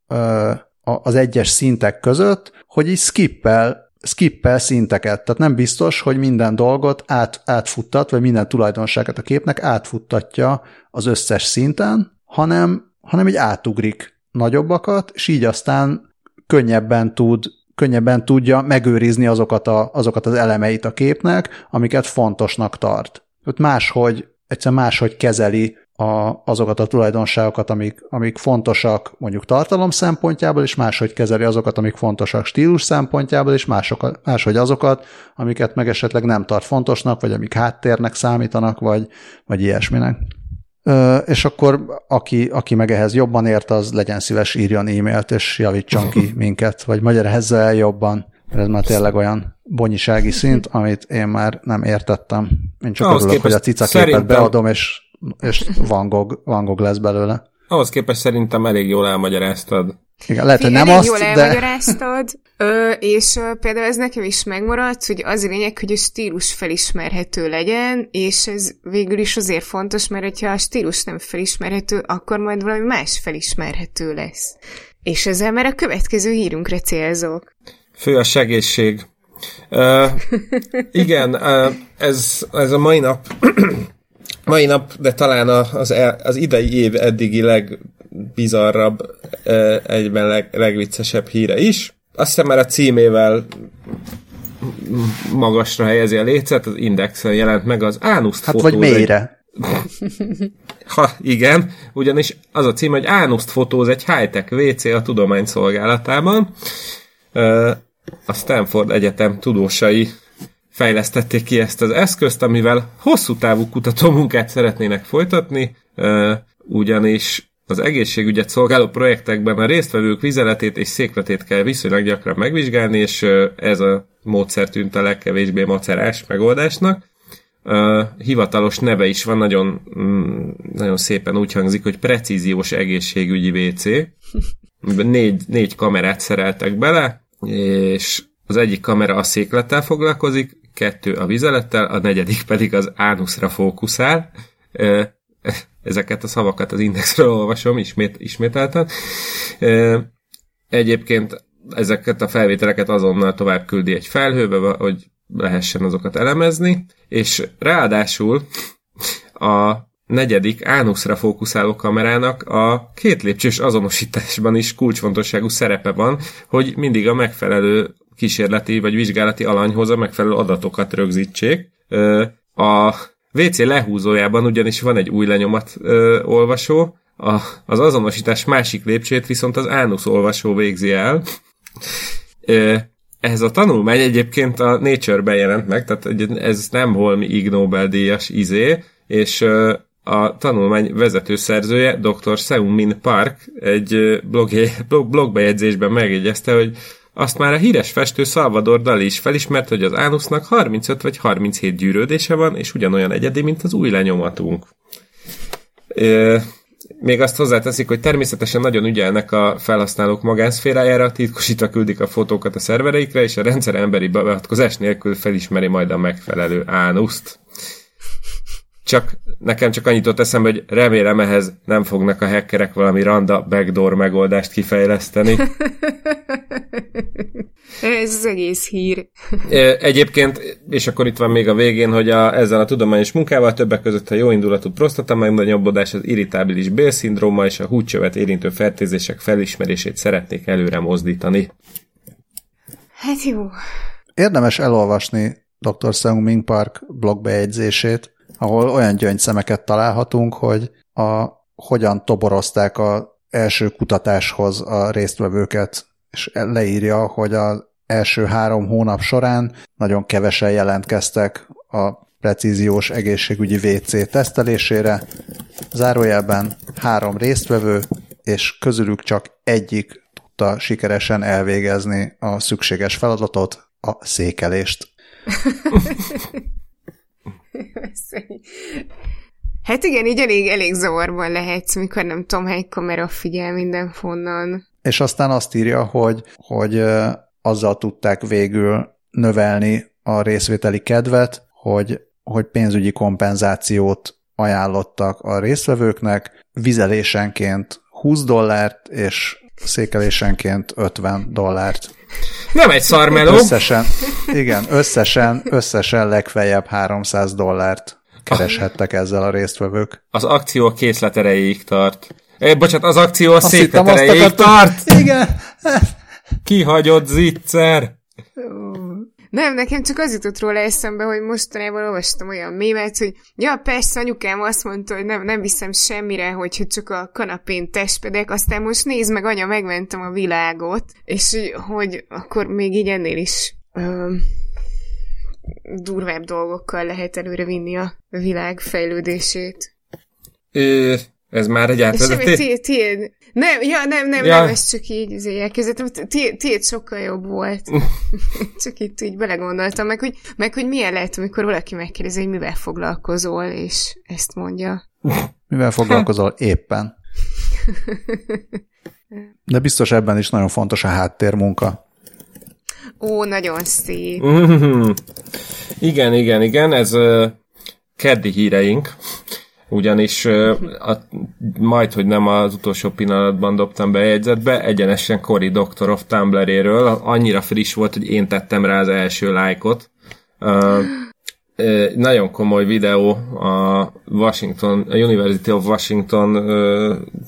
az egyes szintek között, hogy így skippel skippel szinteket, tehát nem biztos, hogy minden dolgot át, átfuttat, vagy minden tulajdonságot a képnek átfuttatja az összes szinten, hanem, hanem így átugrik nagyobbakat, és így aztán könnyebben tud, könnyebben tudja megőrizni azokat, a, azokat az elemeit a képnek, amiket fontosnak tart. Ott máshogy, egyszerűen máshogy kezeli A, azokat a tulajdonságokat, amik, amik fontosak mondjuk tartalom szempontjából, és máshogy kezeli azokat, amik fontosak stílus szempontjából, és mások, máshogy azokat, amiket meg esetleg nem tart fontosnak, vagy amik háttérnek számítanak, vagy, vagy ilyesminek. Ö, és akkor aki, aki meg ehhez jobban ért, az legyen szíves, írjon e-mailt, és javítson ki minket, vagy magyarázza el jobban, mert ez már tényleg olyan bonyisági szint, amit én már nem értettem. Én csak ahhoz örülök, hogy a cica képet szerintem... beadom, és és Van Gogh, Van Gogh lesz belőle. Ahhoz képest szerintem elég jól elmagyaráztad. Igen, lehet, hogy nem elég azt, jól de... elmagyaráztad, ö, és ö, például ez nekem is megmaradt, hogy az a lényeg, hogy a stílus felismerhető legyen, és ez végül is azért fontos, mert hogyha a stílus nem felismerhető, akkor majd valami más felismerhető lesz. És ezzel már a következő hírünkre célzok. Fő a segédség. Uh, igen, uh, ez, ez a mai nap... Mai nap, de talán az, az idei év eddigi legbizarrabb, egyben leg, legviccesebb híre is. Azt hiszem már a címével magasra helyezi a lécet, az Indexen jelent meg az Ánuszt hát fotóz. Hát vagy mélyre. Egy... Ha, igen, ugyanis az a cím, hogy Ánuszt fotóz egy high-tech vé cé a tudomány szolgálatában. A Stanford Egyetem tudósai fejlesztették ki ezt az eszközt, amivel hosszú távú kutatómunkát szeretnének folytatni, ugyanis az egészségügyet szolgáló projektekben a résztvevők vizeletét és székletét kell viszonylag gyakran megvizsgálni, és ez a módszer tűnt a legkevésbé macerás megoldásnak. Hivatalos neve is van, nagyon, nagyon szépen úgy hangzik, hogy precíziós egészségügyi vé cé. Négy, négy kamerát szereltek bele, és az egyik kamera a széklettel foglalkozik, kettő a vizelettel, a negyedik pedig az ánuszra fókuszál. Ezeket a szavakat az Indexről olvasom ismét, ismételten. Egyébként ezeket a felvételeket azonnal tovább küldi egy felhőbe, hogy lehessen azokat elemezni, és ráadásul a negyedik ánuszra fókuszáló kamerának a két lépcsős azonosításban is kulcsfontosságú szerepe van, hogy mindig a megfelelő kísérleti vagy vizsgálati alanyhoz a megfelelő adatokat rögzítsék. A vé cé lehúzójában ugyanis van egy új lenyomat ö, olvasó, a, az azonosítás másik lépcsőt viszont az ánusz olvasó végzi el. Ö, ez a tanulmány egyébként a Nature-ben jelent meg, tehát ez nem holmi Ig Nobel-díjas izé, és ö, a tanulmány vezető szerzője, doktor Seung-min Park egy blog, blogbejegyzésben megjegyezte, hogy azt már a híres festő Salvador Dali is felismert, hogy az ánusznak harmincöt vagy harminchét gyűrődése van, és ugyanolyan egyedi, mint az új lenyomatunk. É, még azt hozzáteszik, hogy természetesen nagyon ügyelnek a felhasználók magánszférájára, titkosítva küldik a fotókat a szervereikre, és a rendszer emberi beavatkozás nélkül felismeri majd a megfelelő ánuszt. Csak nekem csak annyit ott eszembe, hogy remélem ehhez nem fognak a hackerek valami randa backdoor megoldást kifejleszteni. Ez az egész hír. Egyébként, és akkor itt van még a végén, hogy a, ezzel a tudományos munkával többek között a jóindulatú prostata megnagyobbodás, az irritábilis bélszindróma és a húdcsövet érintő fertőzések felismerését szeretnék előre mozdítani. Hát jó. Érdemes elolvasni doktor Seung-min Park blogbejegyzését, ahol olyan gyöngyszemeket találhatunk, hogy a, hogyan toborozták az első kutatáshoz a résztvevőket, és leírja, hogy az első három hónap során nagyon kevesen jelentkeztek a precíziós egészségügyi vé cé tesztelésére, zárójelben három résztvevő, és közülük csak egyik tudta sikeresen elvégezni a szükséges feladatot, a székelést. Hát igen, így elég, elég zavarban lehetsz, mikor nem tudom, hány kamera figyel mindenhonnan. És aztán azt írja, hogy, hogy azzal tudták végül növelni a részvételi kedvet, hogy, hogy pénzügyi kompenzációt ajánlottak a résztvevőknek, vizelésenként húsz dollárt, és székelésenként ötven dollárt. Nem egy szarmeló. Összesen, igen, összesen, összesen legfeljebb háromszáz dollárt kereshettek ezzel a résztvevők. Az akció a készlet erejéig tart. É, bocsánat, az akció a széklet erejéig tart. Igen. Kihagyott zicser. Nem, nekem csak az jutott róla eszembe, hogy mostanában olvastam olyan mémet, hogy ja, persze, anyukám azt mondta, hogy nem, nem viszem semmire, hogy csak a kanapén testpedek, aztán most nézd meg, anya, megmentem a világot, és hogy akkor még így ennél is ö, durvább dolgokkal lehet előre vinni a világ fejlődését. Ö, ez már egy átvezetés? Tiéd, tiéd. Nem, ja, nem, nem, ja. nem, ez csak így elképzeltem. Tiéd, tiéd sokkal jobb volt. Csak itt így belegondoltam, meg hogy, meg hogy milyen lehet, amikor valaki megkérdezi, hogy mivel foglalkozol, és ezt mondja. Mivel foglalkozol éppen? De biztos ebben is nagyon fontos a háttérmunka. Ó, nagyon szép. Mm-hmm. Igen, igen, igen, ez uh, keddi híreink. Ugyanis a, majd, hogy nem az utolsó pillanatban dobtam be jegyzetbe, egyenesen Cory Doctor of Tumblr-éről, annyira friss volt, hogy én tettem rá az első lájkot. Uh, nagyon komoly videó a Washington, a University of Washington uh,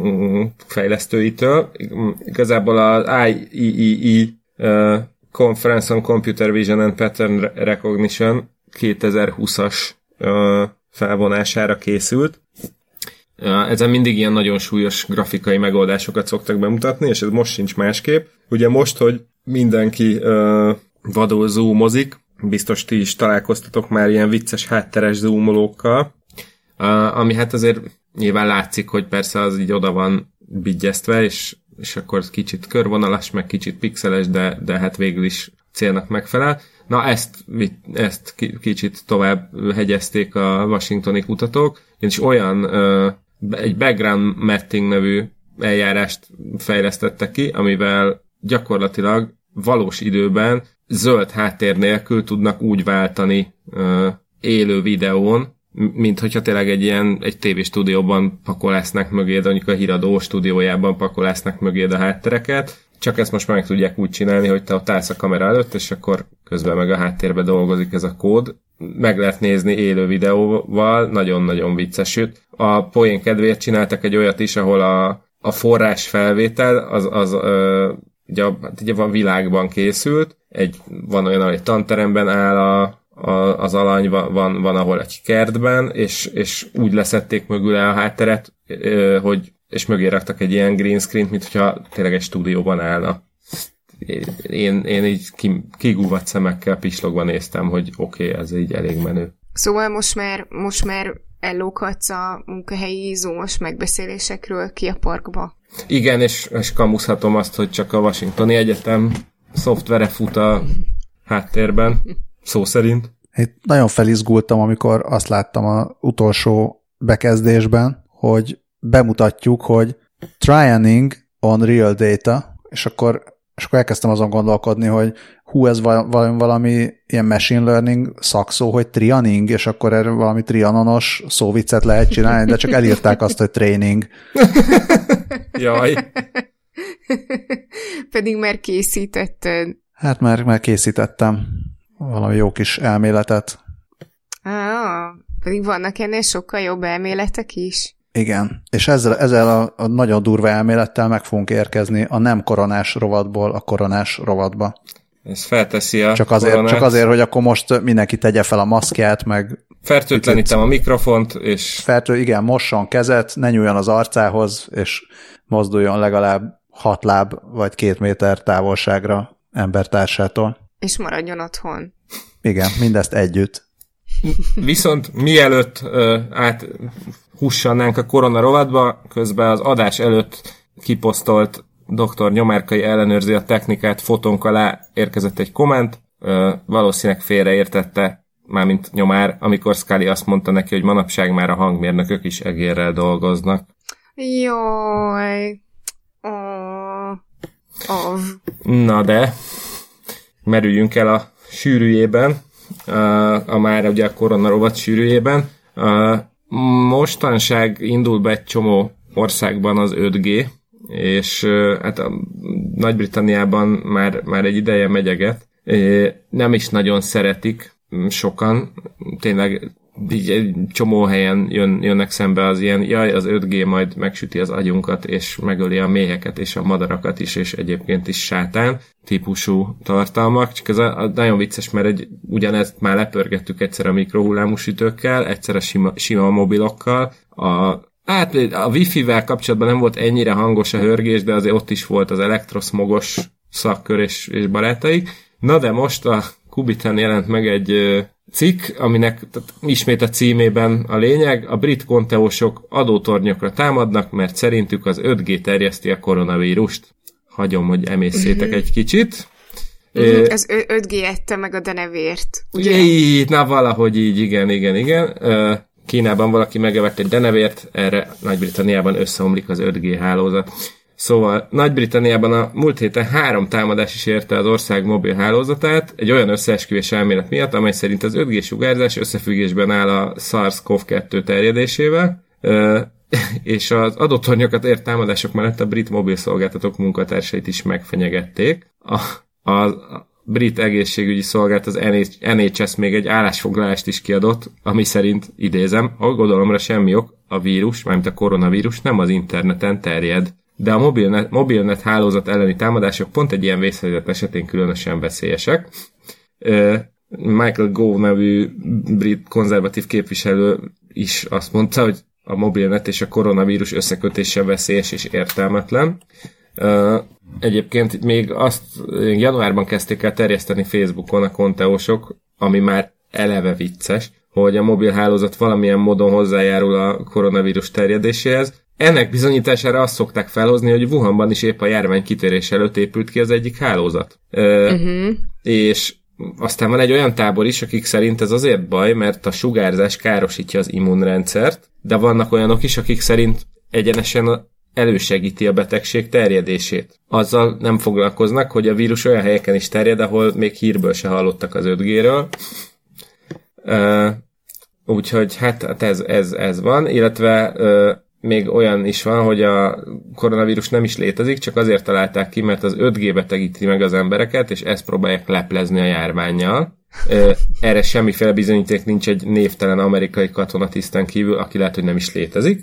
fejlesztőitől. Igazából az I E E E uh, Conference on Computer Vision and Pattern Recognition kétezer-húszas uh, felvonására készült. Uh, ezen mindig ilyen nagyon súlyos grafikai megoldásokat szoktak bemutatni, és ez most sincs másképp. Ugye most, hogy mindenki uh, vadul zoomozik, biztos ti is találkoztatok már ilyen vicces hátteres zoomolókkal, uh, ami hát azért nyilván látszik, hogy persze az így oda van bigyeztve, és, és akkor kicsit körvonalas, meg kicsit pixeles, de, de hát végül is célnak megfelel. Na ezt, ezt kicsit tovább hegyezték a washingtoni kutatók, és olyan uh, egy background matting nevű eljárást fejlesztettek ki, amivel gyakorlatilag valós időben zöld háttér nélkül tudnak úgy váltani uh, élő videón, mint hogyha tényleg egy ilyen egy tévéstúdióban pakolásznak mögéd, mondjuk a híradó stúdiójában pakolásznak mögéd a háttereket, csak ezt most már meg tudják úgy csinálni, hogy te ott állsz a kamera előtt, és akkor közben meg a háttérbe dolgozik ez a kód. Meg lehet nézni élő videóval, nagyon-nagyon vicces. Sőt, a poén kedvéért csináltak egy olyat is, ahol a, a forrás felvétel az, az ö, ugye, hát ugye van világban készült, egy, van olyan, ahol egy tanteremben áll a A, az alany van, van, van, ahol egy kertben, és, és úgy leszették mögül el a hátteret, hogy, és mögé raktak egy ilyen green screen-t, mint hogyha tényleg egy stúdióban állna. Én, én így kigúvadt szemekkel pislogva néztem, hogy oké, okay, ez így elég menő. Szóval most már, most már ellókadsz a munkahelyi zoomos megbeszélésekről ki a parkba. Igen, és, és kamuszhatom azt, hogy csak a Washingtoni Egyetem szoftvere fut a háttérben. Szó szerint. Én nagyon felizgultam, amikor azt láttam az utolsó bekezdésben, hogy bemutatjuk, hogy training on real data, és akkor, és akkor elkezdtem azon gondolkodni, hogy hú, ez valami, valami ilyen machine learning szakszó, hogy trianing, és akkor erről valami trianonos szóviccet lehet csinálni, de csak elírták azt, hogy training. Jaj. Pedig már készítetted. Hát már, már készítettem. Valami jó kis elméletet. Ah, pedig vannak ennél sokkal jobb elméletek is. Igen, és ezzel, ezzel a, a nagyon durva elmélettel meg fogunk érkezni a nem koronás rovatból a koronás rovatba. Ez felteszi a csak azért, csak azért, hogy akkor most mindenki tegye fel a maszkját, meg... Fertőtlenítem a mikrofont, és... Fertő, igen, mosson kezet, ne nyúljon az arcához, és mozduljon legalább hat láb vagy két méter távolságra embertársától. És maradjon otthon. Igen, mindezt együtt. Viszont mielőtt uh, át hussannánk a korona rovatba, közben az adás előtt kiposztolt doktor Nyomárkai ellenőrzi a technikát fotónk alá érkezett egy komment, uh, valószínűleg félreértette, mármint Nyomár, amikor Scully azt mondta neki, hogy manapság már a hangmérnökök is egérrel dolgoznak. Jaj. Oh. Oh. Na de... merüljünk el a sűrűjében, a, a már ugye a koronarovat sűrűjében. A, mostanság indul be egy csomó országban az öt G, és hát a Nagy-Britanniában már, már egy ideje megyeget. Nem is nagyon szeretik sokan, tényleg így egy csomó helyen jön, jönnek szembe az ilyen, jaj, az öt G majd megsüti az agyunkat, és megöli a méheket, és a madarakat is, és egyébként is sátán típusú tartalmak. Csak ez a, a nagyon vicces, mert egy, ugyanezt már lepörgettük egyszer a mikrohullámú sütőkkel, egyszer a sima, sima mobilokkal. A, hát a Wi-Fi-vel kapcsolatban nem volt ennyire hangos a hörgés, de azért ott is volt az elektroszmogos szakkör és, és barátaik. Na de most a Kubiten jelent meg egy cikk, aminek tehát ismét a címében a lényeg, a brit konteósok adótornyokra támadnak, mert szerintük az öt G terjeszti a koronavírust. Hagyom, hogy emészszétek uh-huh. egy kicsit. Uh-huh. Az öt G ette meg a denevért, ugye? Jé, na valahogy így, igen, igen, igen. Kínában valaki megevett egy denevért, erre Nagy-Britanniában összeomlik az öt G hálózat. Szóval Nagy-Britanniában a múlt héten három támadás is érte az ország mobil hálózatát, egy olyan összeesküvés elmélet miatt, amely szerint az öt G sugárzás összefüggésben áll a SARS-CoV kettő terjedésével, és az adótornyokat ért támadások mellett a brit mobilszolgáltatók munkatársait is megfenyegették. A, a, brit egészségügyi szolgálat, az en há es még egy állásfoglalást is kiadott, ami szerint, idézem, aggodalomra semmi ok, a vírus, mármint a koronavírus nem az interneten terjed. De a mobilnet, mobilnet hálózat elleni támadások pont egy ilyen vészhelyzet esetén különösen veszélyesek. Michael Gove nevű brit konzervatív képviselő is azt mondta, hogy a mobilnet és a koronavírus összekötése veszélyes és értelmetlen. Egyébként még azt januárban kezdték el terjeszteni Facebookon a konteósok, ami már eleve vicces, hogy a mobilhálózat valamilyen módon hozzájárul a koronavírus terjedéséhez. Ennek bizonyítására azt szokták felhozni, hogy Wuhanban is épp a járvány kitörés előtt épült ki az egyik hálózat. Uh-huh. És aztán van egy olyan tábor is, akik szerint ez azért baj, mert a sugárzás károsítja az immunrendszert, de vannak olyanok is, akik szerint egyenesen elősegíti a betegség terjedését. Azzal nem foglalkoznak, hogy a vírus olyan helyeken is terjed, ahol még hírből se hallottak az öt G-ről. Uh, úgyhogy hát ez, ez, ez van, illetve uh, még olyan is van, hogy a koronavírus nem is létezik, csak azért találták ki, mert az öt G betegíti meg az embereket, és ezt próbálják leplezni a járvánnyal. Uh, erre semmiféle bizonyíték nincs egy névtelen amerikai katonatisztán kívül, aki lehet, hogy nem is létezik.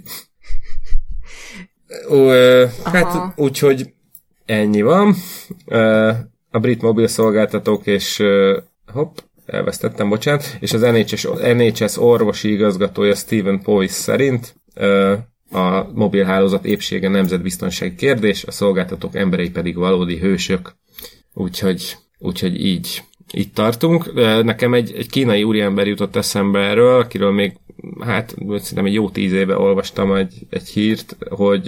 Uh, hát úgyhogy ennyi van. Uh, a brit mobil szolgáltatók és uh, hopp, elvesztettem, bocsánat, és az en há es orvosi igazgatója Stephen Powys szerint uh, a mobilhálózat épsége nemzetbiztonsági kérdés, a szolgáltatók emberei pedig valódi hősök. Úgyhogy, úgyhogy így, így tartunk. Uh, nekem egy, egy kínai úriember jutott eszembe erről, akiről még hát szerintem egy jó tíz éve olvastam egy, egy hírt, hogy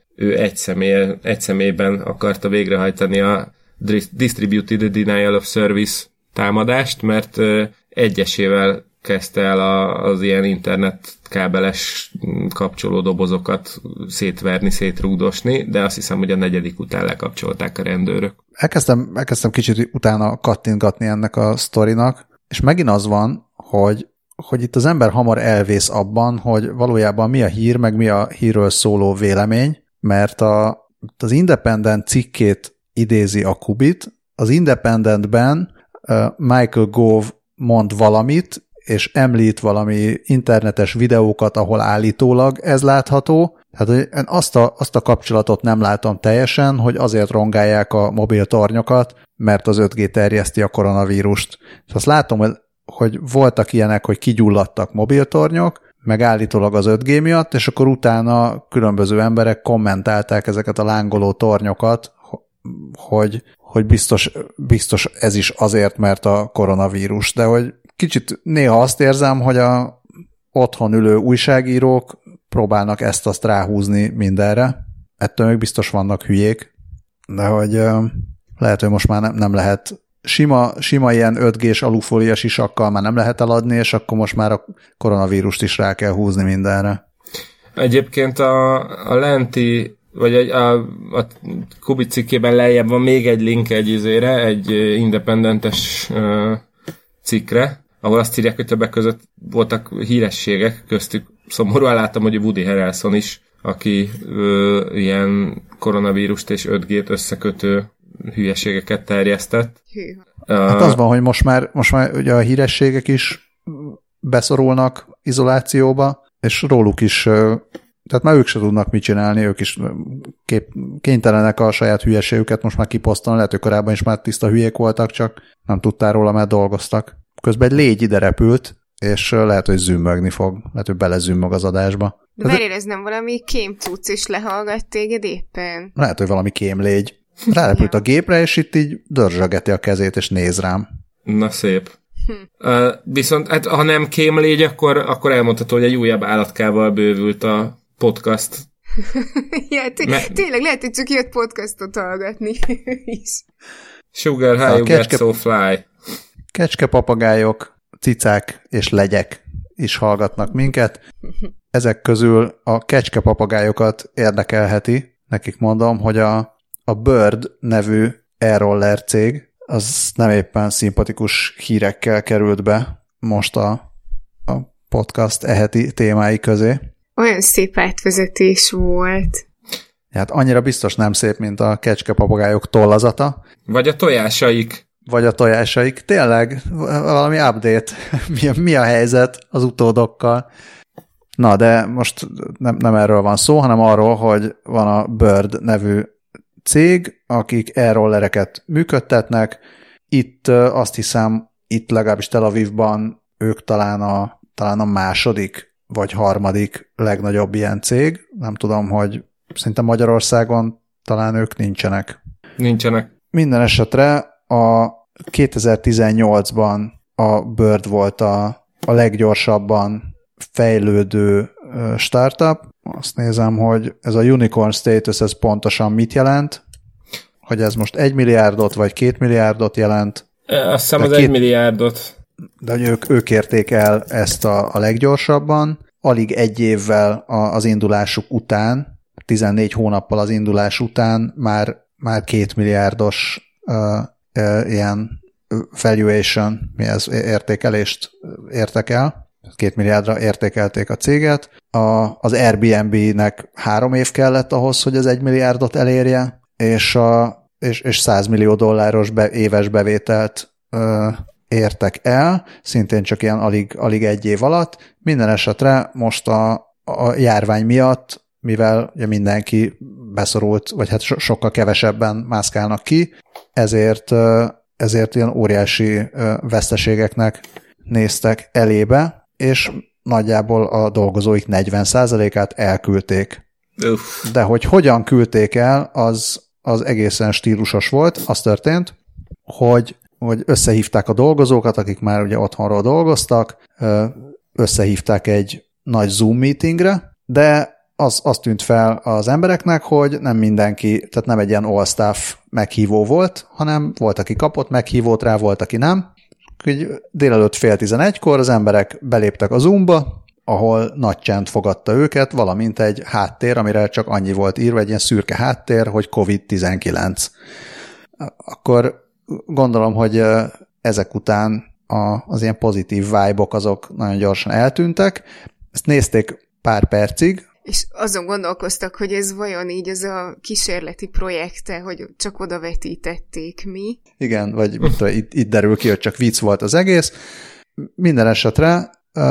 ő egy, személy, egy személyben akarta végrehajtani a Distributed Denial of Service támadást, mert egyesével kezdte el a, az ilyen internetkábeles kapcsolódobozokat szétverni, szétrúgdosni, de azt hiszem, hogy a negyedik után lekapcsolták a rendőrök. Elkezdtem, elkezdtem kicsit utána kattintgatni ennek a sztorinak, és megint az van, hogy hogy itt az ember hamar elvész abban, hogy valójában mi a hír, meg mi a hírről szóló vélemény, mert a, az Independent cikkét idézi a Kubit, az Independentben uh, Michael Gove mond valamit, és említ valami internetes videókat, ahol állítólag ez látható. Hát én azt a, azt a kapcsolatot nem látom teljesen, hogy azért rongálják a mobiltornyokat, mert az öt G terjeszti a koronavírust. És azt látom, hogy hogy voltak ilyenek, hogy kigyulladtak mobiltornyok, meg állítólag az öt G miatt, és akkor utána különböző emberek kommentálták ezeket a lángoló tornyokat, hogy, hogy biztos, biztos ez is azért, mert a koronavírus. De hogy kicsit néha azt érzem, hogy a otthon ülő újságírók próbálnak ezt-azt ráhúzni mindenre. Ettől még biztos vannak hülyék, de hogy lehet, hogy most már nem, nem lehet Sima, sima ilyen öt G-s alufólia sisakkal már nem lehet eladni, és akkor most már a koronavírust is rá kell húzni mindenre. Egyébként a, a lenti, vagy a, a, a Kubit cikkében lejjebb van még egy link egy izére, egy independentes uh, cikkre, ahol azt írják, hogy többek között voltak hírességek, köztük szomorúan láttam, hogy Woody Harrelson is, aki uh, ilyen koronavírust és öt G-t összekötő hülyeségeket terjesztett. Hát az van, hogy most már, most már ugye a hírességek is beszorulnak izolációba, és róluk is, tehát már ők se tudnak mit csinálni, ők is kép, kénytelenek a saját hülyeségüket most már kiposztolni, lehet, hogy korábban is már tiszta hülyék voltak, csak nem tudtál róla, mert dolgoztak. Közben egy légy ide repült, és lehet, hogy zümmögni fog, lehet, hogy belezümmög az adásba. De várjál, ez nem valami kémcuc is lehallgat téged éppen? Lehet, hogy valami kémlégy. Rárepült a gépre, és itt így dörzsögeti a kezét, és néz rám. Na szép. Hm. Uh, viszont hát, ha nem kémlégy, akkor, akkor elmondható, hogy egy újabb állatkával bővült a podcast. ja, t- Me- tényleg lehet, hogy csak jött podcastot hallgatni is. Sugar, how you get so fly. Kecskepapagályok, cicák és legyek is hallgatnak minket. Ezek közül a kecskepapagályokat érdekelheti. Nekik mondom, hogy a A Bird nevű e-roller cég, az nem éppen szimpatikus hírekkel került be most a, a podcast eheti témái közé. Olyan szép átvezetés volt. Hát annyira biztos nem szép, mint a kecskepapagályok tollazata. Vagy a tojásaik. vagy a tojásaik. Tényleg, valami update. Mi a, mi a helyzet az utódokkal? Na, de most nem, nem erről van szó, hanem arról, hogy van a Bird nevű cég, akik e-rollereket működtetnek. Itt azt hiszem, itt legalábbis Tel Avivban ők talán a, talán a második vagy harmadik legnagyobb ilyen cég. Nem tudom, hogy szerintem Magyarországon talán ők nincsenek. Nincsenek. Minden esetre a kétezer-tizennyolcban a Bird volt a, a leggyorsabban fejlődő startup. Azt nézem, hogy ez a unicorn status, ez pontosan mit jelent? Hogy ez most egy milliárdot vagy két milliárdot jelent? Azt hiszem az két... egy milliárdot. De hogy ők, ők érték el ezt a, a leggyorsabban. Alig egy évvel a, az indulásuk után, tizennégy hónappal az indulás után már, már két milliárdos uh, uh, ilyen valuation, mi ez, értékelést értek el. Két milliárdra értékelték a céget. A, az Airbnb-nek három év kellett ahhoz, hogy az egy milliárdot elérje, és, a, és, és száz millió dolláros be, éves bevételt ö, értek el, szintén csak ilyen alig, alig egy év alatt. Minden esetre most a, a járvány miatt, mivel ugye mindenki beszorult, vagy hát so, sokkal kevesebben mászkálnak ki, ezért, ezért ilyen óriási veszteségeknek néztek elébe, és nagyjából a dolgozóik negyven százalékát elküldték. Uff. De hogy hogyan küldték el, az, az egészen stílusos volt. Az történt, hogy, hogy összehívták a dolgozókat, akik már ugye otthonról dolgoztak, összehívták egy nagy Zoom meetingre, de az, az tűnt fel az embereknek, hogy nem mindenki, tehát nem egy ilyen all staff meghívó volt, hanem volt, aki kapott meghívót rá, volt, aki nem. Úgy délelőtt fél tizenegykor az emberek beléptek a Zoomba, ahol nagy csend fogadta őket, valamint egy háttér, amire csak annyi volt írva, egy ilyen szürke háttér, hogy kovid tizenkilenc. Akkor gondolom, hogy ezek után az ilyen pozitív vibe-ok azok nagyon gyorsan eltűntek. Ezt nézték pár percig, és azon gondolkoztak, hogy ez vajon így az a kísérleti projekte, hogy csak oda vetítették mi. Igen, vagy itt, itt derül ki, hogy csak vicc volt az egész. Minden esetre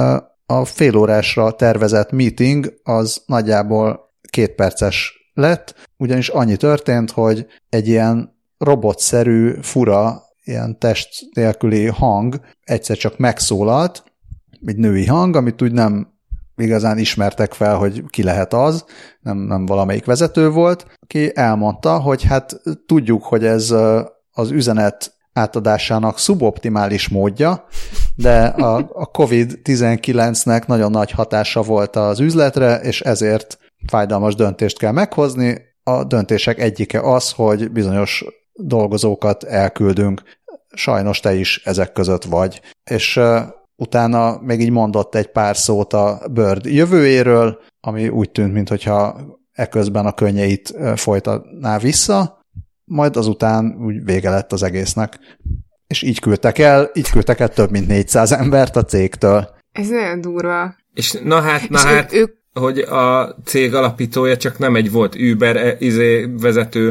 a félórásra tervezett meeting az nagyjából két perces lett, ugyanis annyi történt, hogy egy ilyen robotszerű, fura, ilyen test nélküli hang egyszer csak megszólalt, egy női hang, amit úgy nem igazán ismertek fel, hogy ki lehet az, nem, nem valamelyik vezető volt, aki elmondta, hogy hát tudjuk, hogy ez az üzenet átadásának szuboptimális módja, de a, a kovid tizenkilencnek nagyon nagy hatása volt az üzletre, és ezért fájdalmas döntést kell meghozni. A döntések egyike az, hogy bizonyos dolgozókat elküldünk. Sajnos te is ezek között vagy. És utána még így mondott egy pár szót a Bird jövőjéről, ami úgy tűnt, mintha eközben a könnyeit folytatná vissza, majd azután úgy vége lett az egésznek. És így küldtek el, így küldtek el több mint négyszáz embert a cégtől. Ez nagyon durva. És na hát, na és hát, ő, ő... hogy a cég alapítója csak nem egy volt Uber izé vezető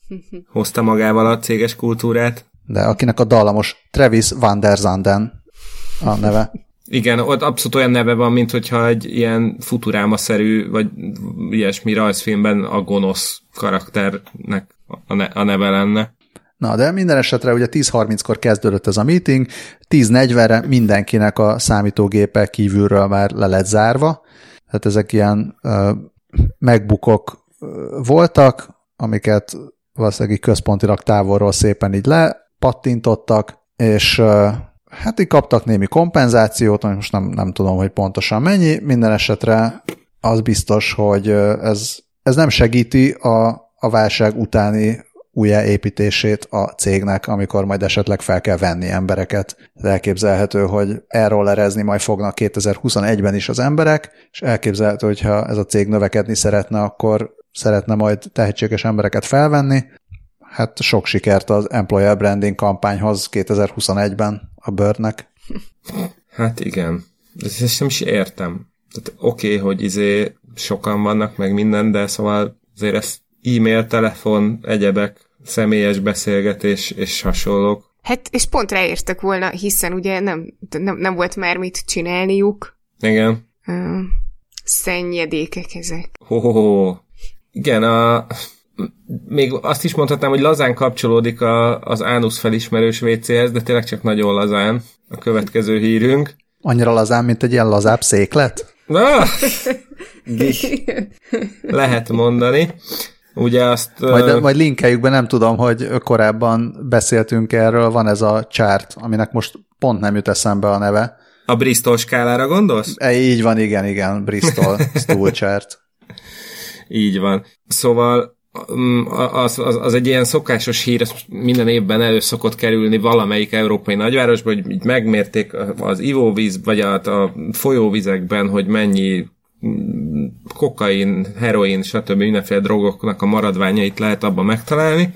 hozta magával a céges kultúrát. De akinek a dallamos Travis Van der Zanden a neve. Igen, ott abszolút olyan neve van, mint hogyha egy ilyen Futurama-szerű, vagy ilyesmi rajzfilmben a gonosz karakternek a, ne- a neve lenne. Na, de minden esetre ugye tíz harminckor kezdődött ez a meeting, tíz negyvenre mindenkinek a számítógépe kívülről már le lett zárva, tehát ezek ilyen uh, MacBookok uh, voltak, amiket valószínűleg központilag távolról szépen így lepattintottak, és uh, hát így kaptak némi kompenzációt, most nem, nem tudom, hogy pontosan mennyi, minden esetre az biztos, hogy ez, ez nem segíti a, a válság utáni újjáépítését a cégnek, amikor majd esetleg fel kell venni embereket. Ez elképzelhető, hogy elrollerezni majd fognak kétezer-huszonegyben is az emberek, és elképzelhető, hogyha ez a cég növekedni szeretne, akkor szeretne majd tehetséges embereket felvenni. Hát sok sikert az employer branding kampányhoz kétezer-huszonegyben a Birdnek. Hát igen. Ezt nem is értem. Oké, okay, hogy izé sokan vannak, meg minden, de szóval azért ez e-mail, telefon, egyebek, személyes beszélgetés és hasonlók. Hát, és pont ráértek volna, hiszen ugye nem, nem, nem volt már mit csinálniuk. Igen. Uh, szennyedékek ezek. Ho, ho, ho. Igen, a... még azt is mondhatnám, hogy lazán kapcsolódik a, az ánusz felismerős vé céhez, de tényleg csak nagyon lazán a következő hírünk. Annyira lazán, mint egy ilyen lazább széklet? Ah! Lehet mondani. Ugye azt... Majd, uh... majd linkeljük be, nem tudom, hogy korábban beszéltünk erről, van ez a chart, aminek most pont nem jut eszembe a neve. A Bristol skálára gondolsz? E, így van, igen, igen, Bristol Stool Chart. Így van. Szóval az, az, az egy ilyen szokásos hír, ez minden évben elő szokott kerülni valamelyik európai nagyvárosban, hogy így megmérték az ivóvíz, vagy a, a folyóvizekben, hogy mennyi kokain, heroin, stb. Mindenféle drogoknak a maradványait lehet abban megtalálni.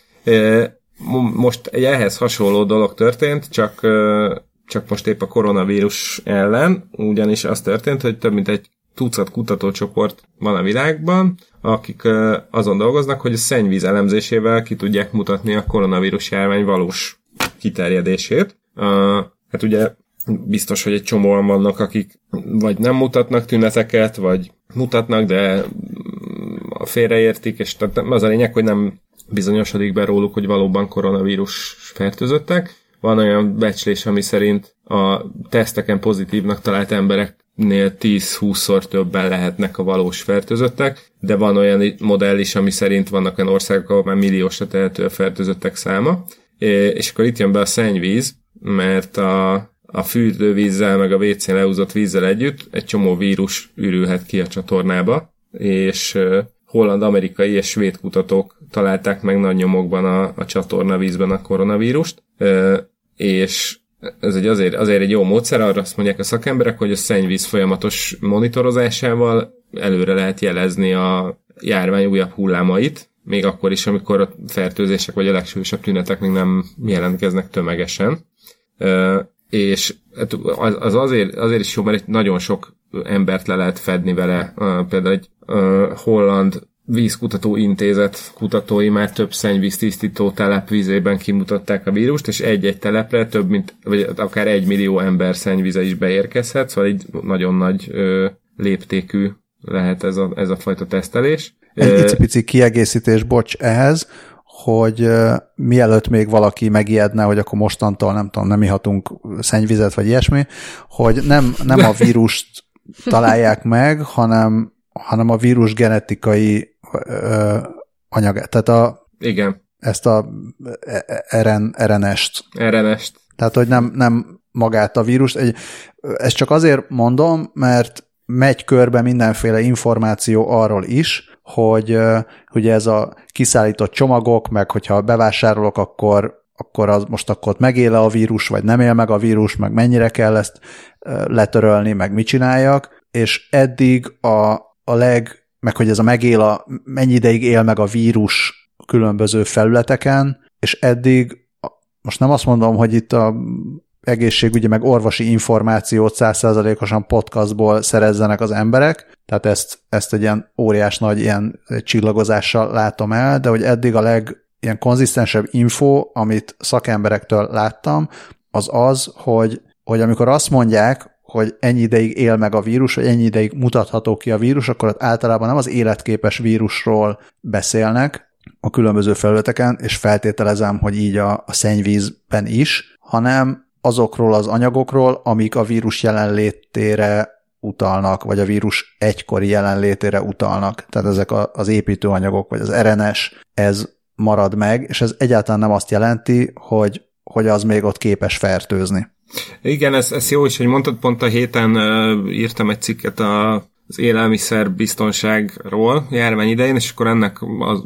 Most egy ehhez hasonló dolog történt, csak, csak most épp a koronavírus ellen, ugyanis az történt, hogy több mint egy tucat kutatócsoport van a világban, akik azon dolgoznak, hogy a szennyvíz elemzésével ki tudják mutatni a koronavírus járvány valós kiterjedését. Hát ugye biztos, hogy egy csomóan vannak, akik vagy nem mutatnak tüneteket, vagy mutatnak, de félreértik, és az a lényeg, hogy nem bizonyosodik be róluk, hogy valóban koronavírus fertőzöttek. Van olyan becslés, ami szerint a teszteken pozitívnak talált embereknél tíz-húszszor többen lehetnek a valós fertőzöttek, de van olyan modell is, ami szerint vannak olyan országok, ahol már milliósra tehető a fertőzöttek száma. És akkor itt jön be a szennyvíz, mert a, a fürdővízzel, meg a vécén leúzott vízzel együtt egy csomó vírus ürülhet ki a csatornába, és holland, amerikai és svéd kutatók találták meg nagy nyomokban a, a csatornavízben a koronavírust, és ez egy azért, azért egy jó módszer, arra azt mondják a szakemberek, hogy a szennyvíz folyamatos monitorozásával előre lehet jelezni a járvány újabb hullámait, még akkor is, amikor a fertőzések vagy a legsúlyosabb tünetek még nem jelentkeznek tömegesen. És az azért, azért is jó, mert egy nagyon sok embert le lehet fedni vele. Például egy holland vízkutató intézet kutatói már több szennyvíztisztító telep vízében kimutatták a vírust, és egy-egy telepre több mint, vagy akár egy millió ember szennyvíze is beérkezhet, szóval egy nagyon nagy ö, léptékű lehet ez a, ez a fajta tesztelés. Egy icipici kiegészítés, bocs, ehhez, hogy uh, mielőtt még valaki megijedne, hogy akkor mostantól nem tudom, nem ihatunk szennyvizet, vagy ilyesmi, hogy nem, nem a vírust találják meg, hanem, hanem a vírus genetikai uh, anyagát. Tehát a, igen. Ezt a er en est. er en est. Tehát, hogy nem, nem magát a vírust. Egy, ezt csak azért mondom, mert megy körbe mindenféle információ arról is, hogy uh, ugye ez a kiszállított csomagok, meg hogyha bevásárolok, akkor, akkor az most akkor ott megél a vírus, vagy nem él meg a vírus, meg mennyire kell ezt uh, letörölni, meg mit csináljak, és eddig a, a leg, meg hogy ez a megél a, mennyi ideig él meg a vírus különböző felületeken, és eddig, most nem azt mondom, hogy itt a egészségügyi meg orvosi információt száz százalékosan podcastból szerezzenek az emberek, tehát ezt, ezt egy ilyen óriás nagy ilyen csillagozással látom el, de hogy eddig a leg ilyen konzisztensebb info, amit szakemberektől láttam, az az, hogy, hogy amikor azt mondják, hogy ennyi ideig él meg a vírus, vagy ennyi ideig mutatható ki a vírus, akkor ott általában nem az életképes vírusról beszélnek a különböző felületeken, és feltételezem, hogy így a, a szennyvízben is, hanem azokról az anyagokról, amik a vírus jelenlétére utalnak, vagy a vírus egykori jelenlétére utalnak. Tehát ezek az építőanyagok, vagy az er en es, ez marad meg, és ez egyáltalán nem azt jelenti, hogy, hogy az még ott képes fertőzni. Igen, ez, ez jó is, hogy mondtad, pont a héten uh, írtam egy cikket a, az élelmiszer biztonságról járvány idején, és akkor ennek az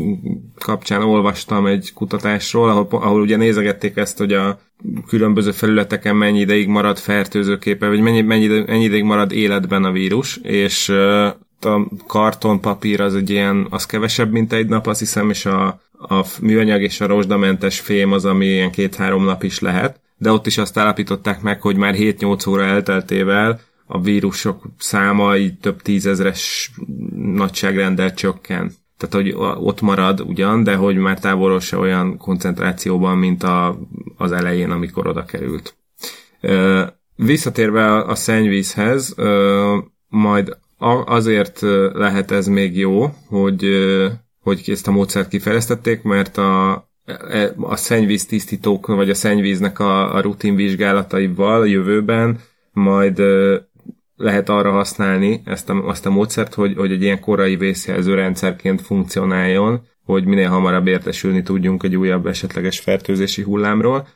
kapcsán olvastam egy kutatásról, ahol, ahol ugye nézegették ezt, hogy a különböző felületeken mennyi ideig marad fertőzőképe, vagy mennyi, mennyi, mennyi ideig marad életben a vírus, és uh, a kartonpapír az egy ilyen, az kevesebb, mint egy nap, azt hiszem, és a, a műanyag és a rozsdamentes fém az, ami ilyen két-három nap is lehet, de ott is azt állapították meg, hogy már hét-nyolc óra elteltével a vírusok száma így több tízezres nagyságrendel csökken. Tehát, hogy ott marad ugyan, de hogy már távolról se olyan koncentrációban, mint a, a az elején, amikor oda került. Visszatérve a szennyvízhez, majd azért lehet ez még jó, hogy, hogy ezt a módszert kifejlesztették, mert a, a szennyvíz tisztítók, vagy a szennyvíznek a, a rutin vizsgálataival a jövőben majd lehet arra használni ezt a, azt a módszert, hogy, hogy egy ilyen korai vészjelző rendszerként funkcionáljon, hogy minél hamarabb értesülni tudjunk egy újabb esetleges fertőzési hullámról.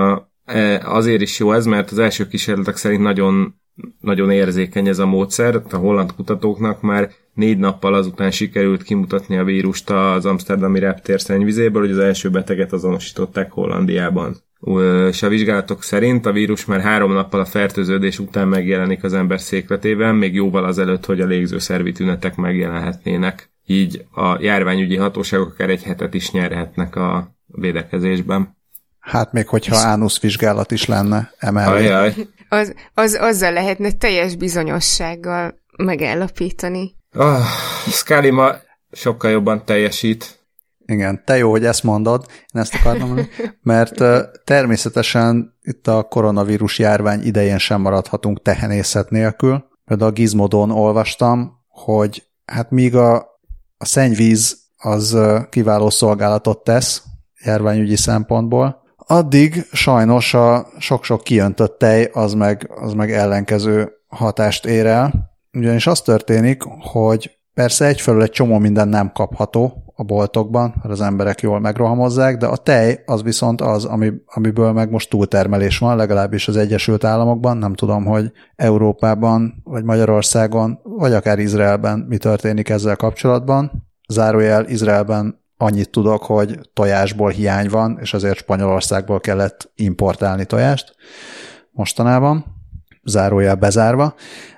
Azért is jó ez, mert az első kísérletek szerint nagyon, nagyon érzékeny ez a módszer. A holland kutatóknak már négy nappal azután sikerült kimutatni a vírust az amszterdami reptér szennyvizéből, hogy az első beteget azonosították Hollandiában. És a vizsgálatok szerint a vírus már három nappal a fertőződés után megjelenik az ember székletében, még jóval azelőtt, hogy a légzőszervi tünetek megjelenhetnének. Így a járványügyi hatóságok akár egy hetet is nyerhetnek a védekezésben. Hát még hogyha ánuszvizsgálat is lenne emellé. Ajaj. Az, az, azzal lehetne teljes bizonyossággal megállapítani. Oh, Scully ma sokkal jobban teljesít. Igen, te jó, hogy ezt mondod, én ezt akartam mondani, mert uh, természetesen itt a koronavírus járvány idején sem maradhatunk tehenészet nélkül. Például a Gizmodon olvastam, hogy hát míg a, a szennyvíz az uh, kiváló szolgálatot tesz járványügyi szempontból, addig sajnos a sok-sok kiöntött tej az meg, az meg ellenkező hatást ér el. Ugyanis az történik, hogy persze egyfelől egy csomó minden nem kapható a boltokban, mert az emberek jól megrohamozzák, de a tej az viszont az, ami, amiből meg most túltermelés van, legalábbis az Egyesült Államokban, nem tudom, hogy Európában, vagy Magyarországon, vagy akár Izraelben mi történik ezzel kapcsolatban. Zárójel, Izraelben annyit tudok, hogy tojásból hiány van, és azért Spanyolországból kellett importálni tojást mostanában, zárójel bezárva,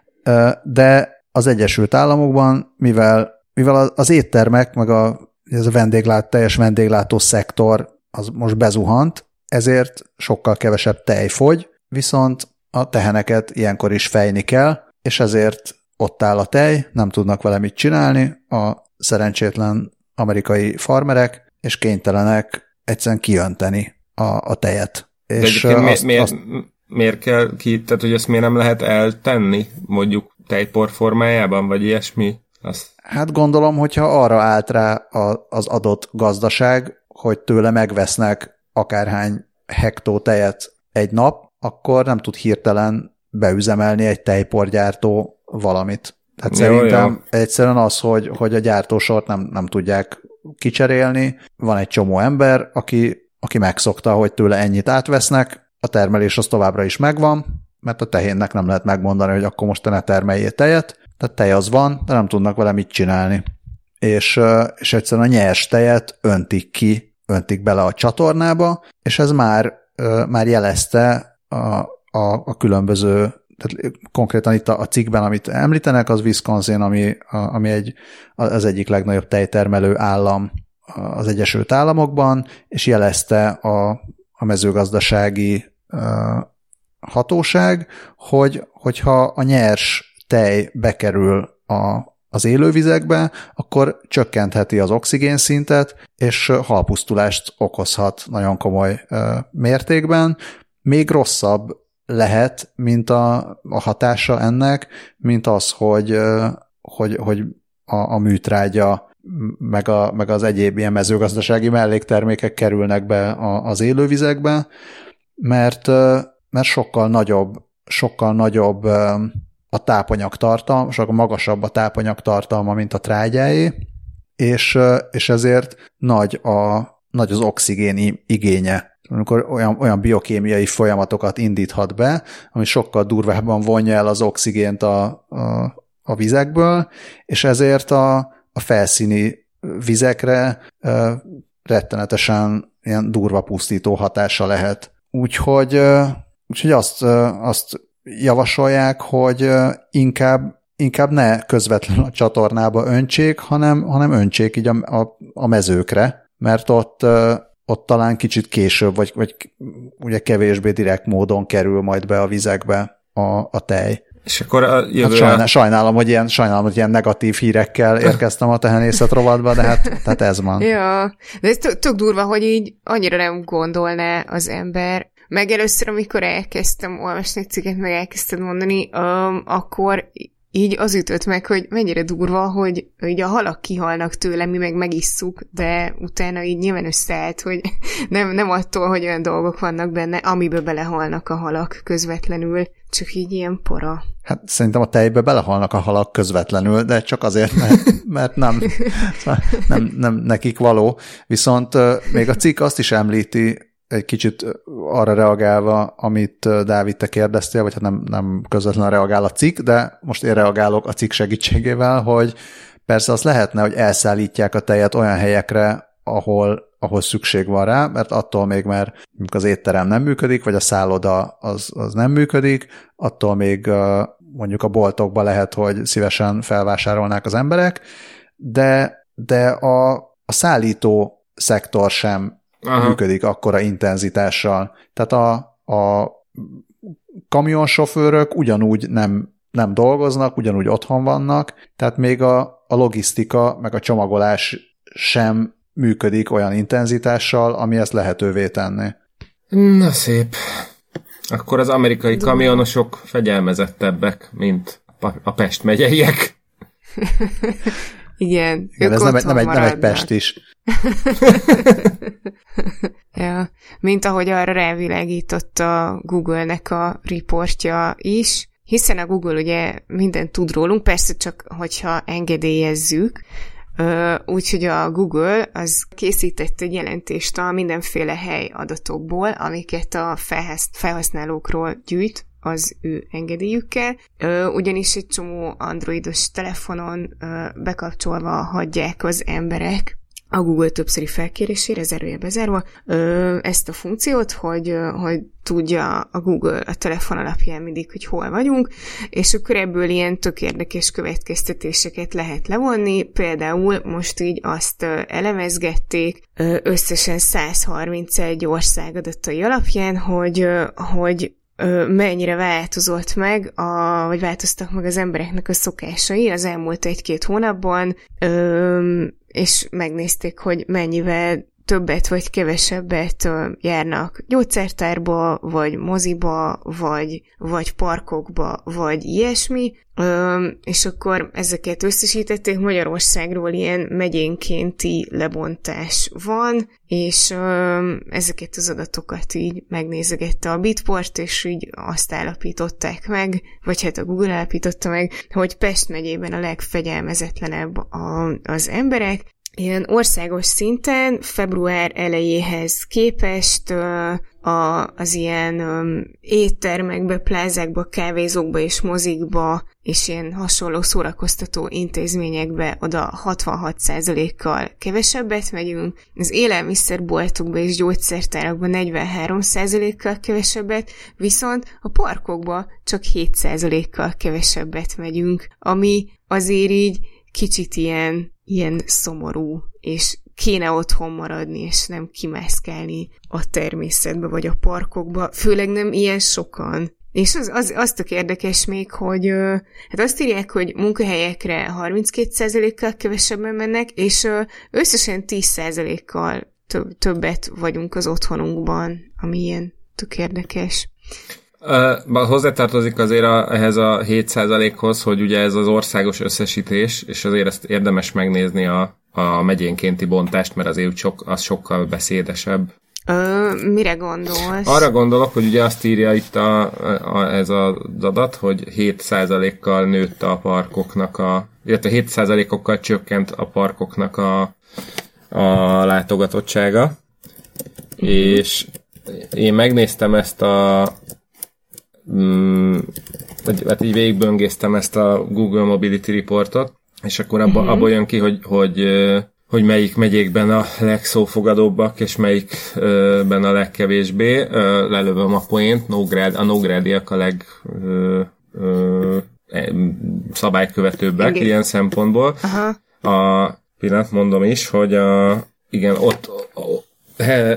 de az Egyesült Államokban, mivel, mivel az éttermek, meg a, ez a vendéglát, teljes vendéglátó szektor az most bezuhant, ezért sokkal kevesebb tej fogy, viszont a teheneket ilyenkor is fejni kell, és ezért ott áll a tej, nem tudnak vele mit csinálni a szerencsétlen amerikai farmerek, és kénytelenek egyszerűen kiönteni a, a tejet. De és miért, azt, miért, azt, miért kell ki, tehát hogy ezt miért nem lehet eltenni, mondjuk tejpor formájában, vagy ilyesmi? Azt... Hát gondolom, hogyha arra állt rá a, az adott gazdaság, hogy tőle megvesznek akárhány hektó tejet egy nap, akkor nem tud hirtelen beüzemelni egy tejporgyártó valamit. Tehát jó, szerintem jó. Egyszerűen az, hogy, hogy a gyártósort nem, nem tudják kicserélni. Van egy csomó ember, aki, aki megszokta, hogy tőle ennyit átvesznek, a termelés az továbbra is megvan, mert a tehénnek nem lehet megmondani, hogy akkor most te ne termeljél tejet, tehát tej az van, de nem tudnak vele mit csinálni. És, és egyszerűen a nyers tejet öntik ki, öntik bele a csatornába, és ez már, már jelezte a, a, a különböző, tehát konkrétan itt a, a cikkben, amit említenek, az Wisconsin, ami, a, ami egy, az egyik legnagyobb tejtermelő állam az Egyesült Államokban, és jelezte a, a mezőgazdasági hatóság, hogy, hogyha a nyers tej bekerül a, az élővizekbe, akkor csökkentheti az oxigénszintet, és halpusztulást okozhat nagyon komoly uh, mértékben. Még rosszabb lehet, mint a, a hatása ennek, mint az, hogy, uh, hogy, hogy a, a műtrágya meg, a, meg az egyéb ilyen mezőgazdasági melléktermékek kerülnek be a, az élővizekbe, mert uh, mert sokkal nagyobb, sokkal nagyobb a tápanyagtartalma, sokkal magasabb a tápanyagtartalma, mint a trágyáé, és, és ezért nagy, a, nagy az oxigén igénye. Amikor olyan, olyan biokémiai folyamatokat indíthat be, ami sokkal durvábban vonja el az oxigént a, a, a vizekből, és ezért a, a felszíni vizekre rettenetesen ilyen durva pusztító hatása lehet. Úgyhogy Úgyhogy azt, azt javasolják, hogy inkább, inkább ne közvetlenül a csatornába öntsék, hanem, hanem öntsék így a, a, a mezőkre, mert ott, ott talán kicsit később, vagy, vagy ugye kevésbé direkt módon kerül majd be a vizekbe a, a tej. És akkor a jövő... Hát sajnál, sajnálom, hogy ilyen, sajnálom, hogy ilyen negatív hírekkel érkeztem a tehenészet rovatba, de hát tehát ez van. Ja, de ez tök durva, hogy így annyira nem gondolná az ember. Meg először, amikor elkezdtem olvasni cikket, meg elkezdted mondani, um, akkor így az ütött meg, hogy mennyire durva, hogy így a halak kihalnak tőle, mi meg megisszuk, de utána így nyilván összeállt, hogy nem, nem attól, hogy olyan dolgok vannak benne, amiben belehalnak a halak közvetlenül, csak így ilyen pora. Hát szerintem a tejbe belehalnak a halak közvetlenül, de csak azért, mert, mert nem, nem, nem nekik való. Viszont még a cikk azt is említi, egy kicsit arra reagálva, amit Dávid, te kérdeztél, vagy hát nem, nem közvetlenül reagál a cikk, de most én reagálok a cikk segítségével, hogy persze az lehetne, hogy elszállítják a tejet olyan helyekre, ahol, ahol szükség van rá, mert attól még, mert az étterem nem működik, vagy a szálloda az, az nem működik, attól még mondjuk a boltokban lehet, hogy szívesen felvásárolnák az emberek, de, de a, a szállító szektor sem Aha. működik akkora intenzitással. Tehát a, a kamionsofőrök ugyanúgy nem, nem dolgoznak, ugyanúgy otthon vannak, tehát még a, a logisztika, meg a csomagolás sem működik olyan intenzitással, ami ezt lehetővé tenni. Na szép. Akkor az amerikai kamionosok fegyelmezettebbek, mint a Pest megyeiek. Igen. Igen, ez nem egy, nem, egy, nem egy Pest is. Ja, mint ahogy arra rávilágított a Google-nek a riportja is, hiszen a Google ugye mindent tud rólunk, persze csak, hogyha engedélyezzük, úgyhogy a Google az készített egy jelentést a mindenféle hely adatokból, amiket a felhasználókról gyűjt az ő engedélyükkel, ugyanis egy csomó androidos telefonon bekapcsolva hagyják az emberek a Google többszöri felkérésére, zárójel bezárva, ezt a funkciót, hogy, hogy tudja a Google a telefon alapján mindig, hogy hol vagyunk, és akkor ebből ilyen tök érdekes következtetéseket lehet levonni. Például most így azt elemezgették összesen száz harmincegy ország adatai alapján, hogy, hogy mennyire változott meg, a, vagy változtak meg az embereknek a szokásai az elmúlt egy-két hónapban, és megnézték, hogy mennyivel többet vagy kevesebbet járnak gyógyszertárba, vagy moziba, vagy, vagy parkokba, vagy ilyesmi, és akkor ezeket összesítették, Magyarországról ilyen megyénkénti lebontás van, és ezeket az adatokat így megnézegette a Bitport, és így azt állapították meg, vagy hát a Google állapította meg, hogy Pest megyében a legfegyelmezetlenebb a, az emberek. Ilyen országos szinten február elejéhez képest a, az ilyen um, éttermekbe, plázákba, kávézókba és mozikba és ilyen hasonló szórakoztató intézményekbe oda hatvanhat százalékkal kevesebbet megyünk, az élelmiszerboltokba és gyógyszertárakban negyvenhárom százalékkal kevesebbet, viszont a parkokba csak hét százalékkal kevesebbet megyünk, ami azért így kicsit ilyen, ilyen szomorú, és kéne otthon maradni, és nem kimászkálni a természetbe, vagy a parkokba, főleg nem ilyen sokan. És az, az, az tök érdekes még, hogy hát azt írják, hogy munkahelyekre harminckét százalékkal kevesebben mennek, és összesen tíz százalékkal több, többet vagyunk az otthonunkban, ami ilyen tök érdekes. Uh, hozzátartozik azért a, ehhez a hét százalékhoz, hogy ugye ez az országos összesítés, és azért ezt érdemes megnézni a, a megyénkénti bontást, mert azért sok, az sokkal beszédesebb. Ö, mire gondolsz? Arra gondolok, hogy ugye azt írja itt a, a, ez az adat, hogy hét százalékkal nőtt a parkoknak a, illetve hét százalékokkal csökkent a parkoknak a, a látogatottsága. Mm-hmm. És én megnéztem ezt a Mm, hát így végigböngésztem ezt a Google Mobility Reportot, és akkor abba, mm-hmm. abból jön ki, hogy, hogy, hogy melyik megyékben a legszófogadóbbak, és melyikben a legkevésbé. Lelövöm a poént, Nógrád, a nógrádiak a leg ö, ö, szabálykövetőbbek Enged. ilyen szempontból. Aha. A pillanat mondom is, hogy a, igen, ott he,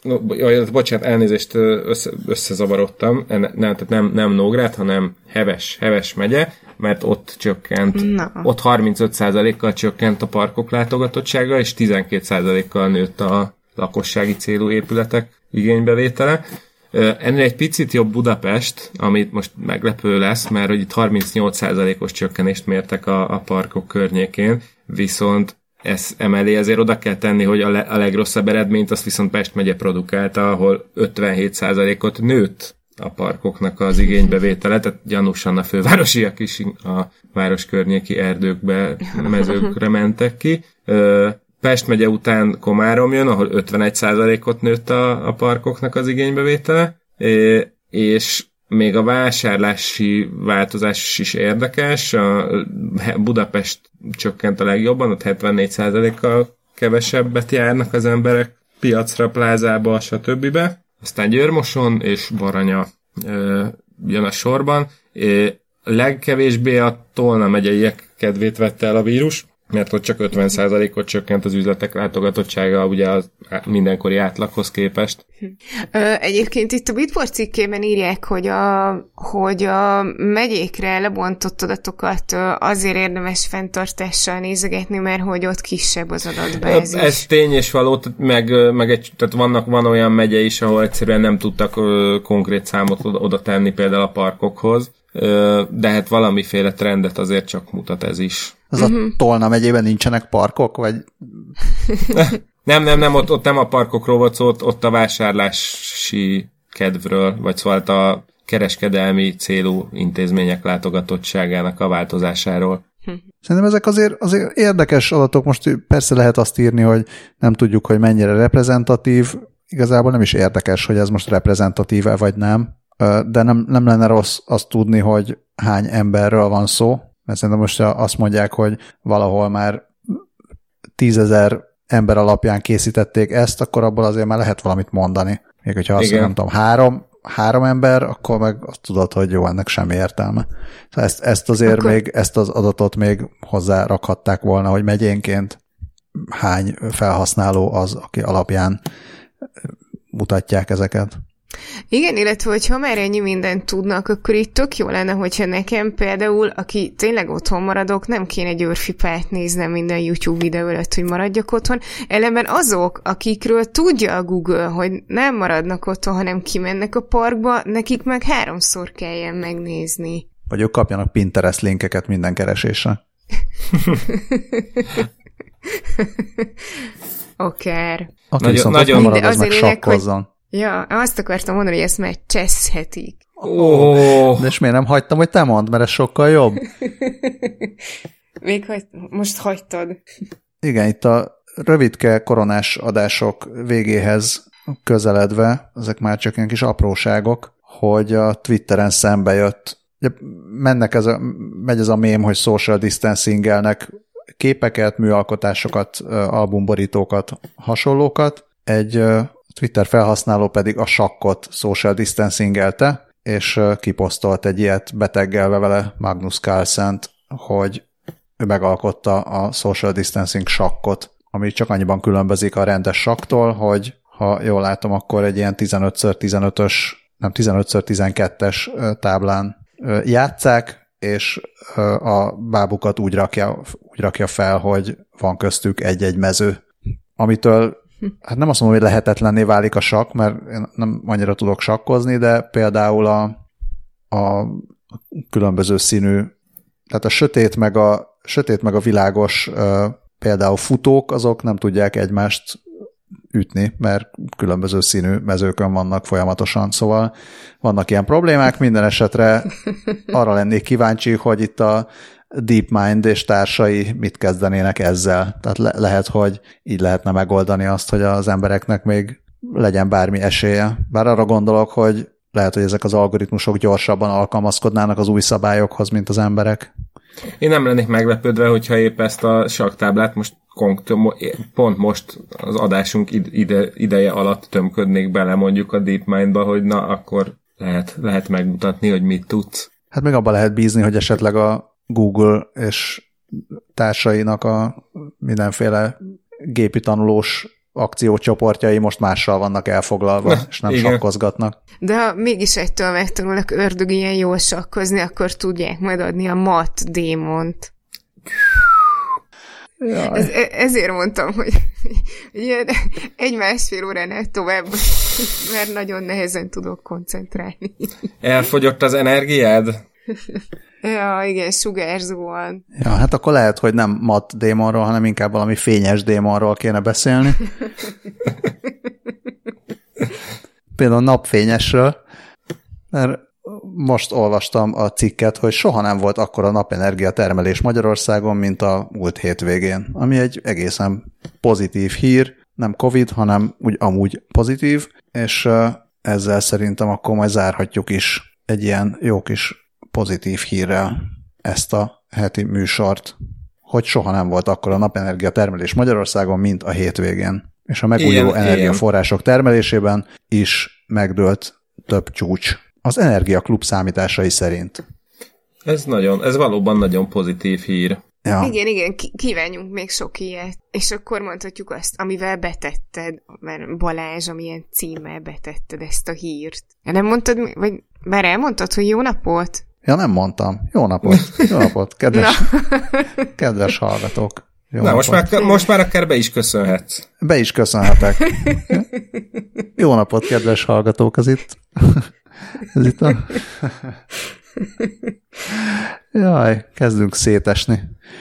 no, bocsánat, elnézést, össze, összezavarodtam, nem, tehát nem, nem Nógrád, hanem Heves, Heves megye, mert ott csökkent, Na. ott harmincöt százalékkal csökkent a parkok látogatottsága, és tizenkét százalékkal nőtt a lakossági célú épületek igénybevétele. Ennél egy picit jobb Budapest, amit most meglepő lesz, mert hogy itt harmincnyolc százalékos csökkenést mértek a, a parkok környékén, viszont ez emellé azért oda kell tenni, hogy a, le, a legrosszabb eredményt azt viszont Pest megye produkálta, ahol ötvenhét százalékot nőtt a parkoknak az igénybevétele, tehát gyanúsan a fővárosiak is a város környéki erdőkbe, mezőkre mentek ki. Pest megye után Komárom jön, ahol ötvenegy százalékot nőtt a, a parkoknak az igénybevétele, és még a vásárlási változás is érdekes. A Budapest csökkent a legjobban, ott hetvennégy százalékkal kevesebbet járnak az emberek piacra, plázába, stb. Aztán Győr-Moson és Baranya jön a sorban. Legkevésbé a Tolna megyeiek kedvét vette el a vírus, mert ott csak ötven százalékot csökkent az üzletek látogatottsága ugye az mindenkori átlaghoz képest. Egyébként itt a Bitport cikkében írják, hogy a, hogy a megyékre lebontott adatokat azért érdemes fenntartással nézegetni, mert hogy ott kisebb az adatbázis. Ez tény és való, meg, meg egy, tehát vannak, van olyan megye is, ahol egyszerűen nem tudtak konkrét számot oda, oda tenni például a parkokhoz, de hát valamiféle trendet azért csak mutat ez is. Az uh-huh. a Tolna megyében nincsenek parkok, vagy... nem, nem, nem, ott, ott nem a parkokról volt szó, ott, ott a vásárlási kedvről, vagy szóval a kereskedelmi célú intézmények látogatottságának a változásáról. Szerintem ezek azért, azért érdekes adatok, most persze lehet azt írni, hogy nem tudjuk, hogy mennyire reprezentatív, igazából nem is érdekes, hogy ez most reprezentatív-e vagy nem, de nem, nem lenne rossz azt tudni, hogy hány emberről van szó, mert szerintem most azt mondják, hogy valahol már tízezer ember alapján készítették ezt, akkor abból azért már lehet valamit mondani. Még hogyha azt mondom, nem tudom, három, három ember, akkor meg azt tudod, hogy jó, ennek semmi értelme. Ezt, ezt azért akkor... még, ezt az adatot még hozzárakhatták volna, hogy megyénként hány felhasználó az, aki alapján mutatják ezeket. Igen, illetve, hogyha már ennyi mindent tudnak, akkor így tök jó lenne, hogyha nekem például, aki tényleg otthon maradok, nem kéne Győrfipát néznem minden YouTube videó előtt, hogy maradjak otthon. Ellenben azok, akikről tudja a Google, hogy nem maradnak otthon, hanem kimennek a parkba, nekik meg háromszor kelljen megnézni. Vagy ők kapjanak Pinterest linkeket minden keresésre. Akár. Aki nagyon, viszont nagyon marad, az meg sakkozzon. Hogy... Ja, azt akartam mondani, hogy ezt már cseszhetik. Oh. De és miért nem hagytam, hogy te mondd, mert ez sokkal jobb? Még hagy... most hagytad. Igen, itt a rövidke koronás adások végéhez közeledve, ezek már csak ilyen kis apróságok, hogy a Twitteren szembe jött. Ugye mennek ez a, megy ez a mém, hogy social distancingelnek képeket, műalkotásokat, albumborítókat, hasonlókat. Egy Twitter felhasználó pedig a sakkot social distancingelte, és kiposztolt egy ilyet beteggelve vele Magnus Carlsent, hogy ő megalkotta a social distancing sakkot, ami csak annyiban különbözik a rendes sakktól, hogy ha jól látom, akkor egy ilyen tizenöt tizenötös, nem tizenöt tizenkettes táblán játsszák, és a bábukat úgy rakja, úgy rakja fel, hogy van köztük egy-egy mező, amitől hát nem azt mondom, hogy lehetetlenné válik a sakk, mert én nem annyira tudok sakkozni, de például a, a különböző színű, tehát a sötét meg a, sötét meg a világos például futók, azok nem tudják egymást ütni, mert különböző színű mezőkön vannak folyamatosan, szóval vannak ilyen problémák, minden esetre arra lennék kíváncsi, hogy itt a DeepMind és társai mit kezdenének ezzel. Tehát le- lehet, hogy így lehetne megoldani azt, hogy az embereknek még legyen bármi esélye. Bár arra gondolok, hogy lehet, hogy ezek az algoritmusok gyorsabban alkalmazkodnának az új szabályokhoz, mint az emberek. Én nem lennék meglepődve, hogyha épp ezt a sakktáblát most pont most az adásunk ide, ideje alatt tömködnék bele mondjuk a DeepMind-ba, hogy na, akkor lehet, lehet megmutatni, hogy mit tudsz. Hát még abban lehet bízni, hogy esetleg a Google és társainak a mindenféle gépi tanulós akciócsoportjai most mással vannak elfoglalva, Na, és nem igen. sakkozgatnak. De ha mégis egytől megtanulnak ördög ilyen jól sakkozni, akkor tudják majd adni a mat démont. Ez, ezért mondtam, hogy, hogy ilyen egy-másfél óránál tovább, mert nagyon nehezen tudok koncentrálni. Elfogyott az energiád? Ja, igen, sugárzóan. Ja, hát akkor lehet, hogy nem mat démonról, hanem inkább valami fényes démonról kéne beszélni. Például napfényesről, mert most olvastam a cikket, hogy soha nem volt akkora napenergia termelés Magyarországon, mint a múlt hétvégén, ami egy egészen pozitív hír, nem Covid, hanem úgy amúgy pozitív, és ezzel szerintem akkor majd zárhatjuk is egy ilyen jó kis pozitív hírrel ezt a heti műsort, hogy soha nem volt akkora napenergia termelés Magyarországon, mint a hétvégén. És a megújuló ilyen, energiaforrások ilyen. termelésében is megdőlt több csúcs. Az Energia Klub számításai szerint. Ez nagyon, ez valóban nagyon pozitív hír. Ja. Igen, igen, kívánjunk még sok ilyet. És akkor mondhatjuk azt, amivel betetted, mert Balázs, amilyen címmel betetted ezt a hírt. Ja, nem mondtad, vagy már elmondtad, hogy jó napot? Ja, nem mondtam. Jó napot. Jó napot, kedves, kedves hallgatók. Jó Na, most már, most már akár be is köszönhetsz. Be is köszönhetek. Jó napot, kedves hallgatók, az itt. Ez itt a... Jaj, kezdünk szétesni.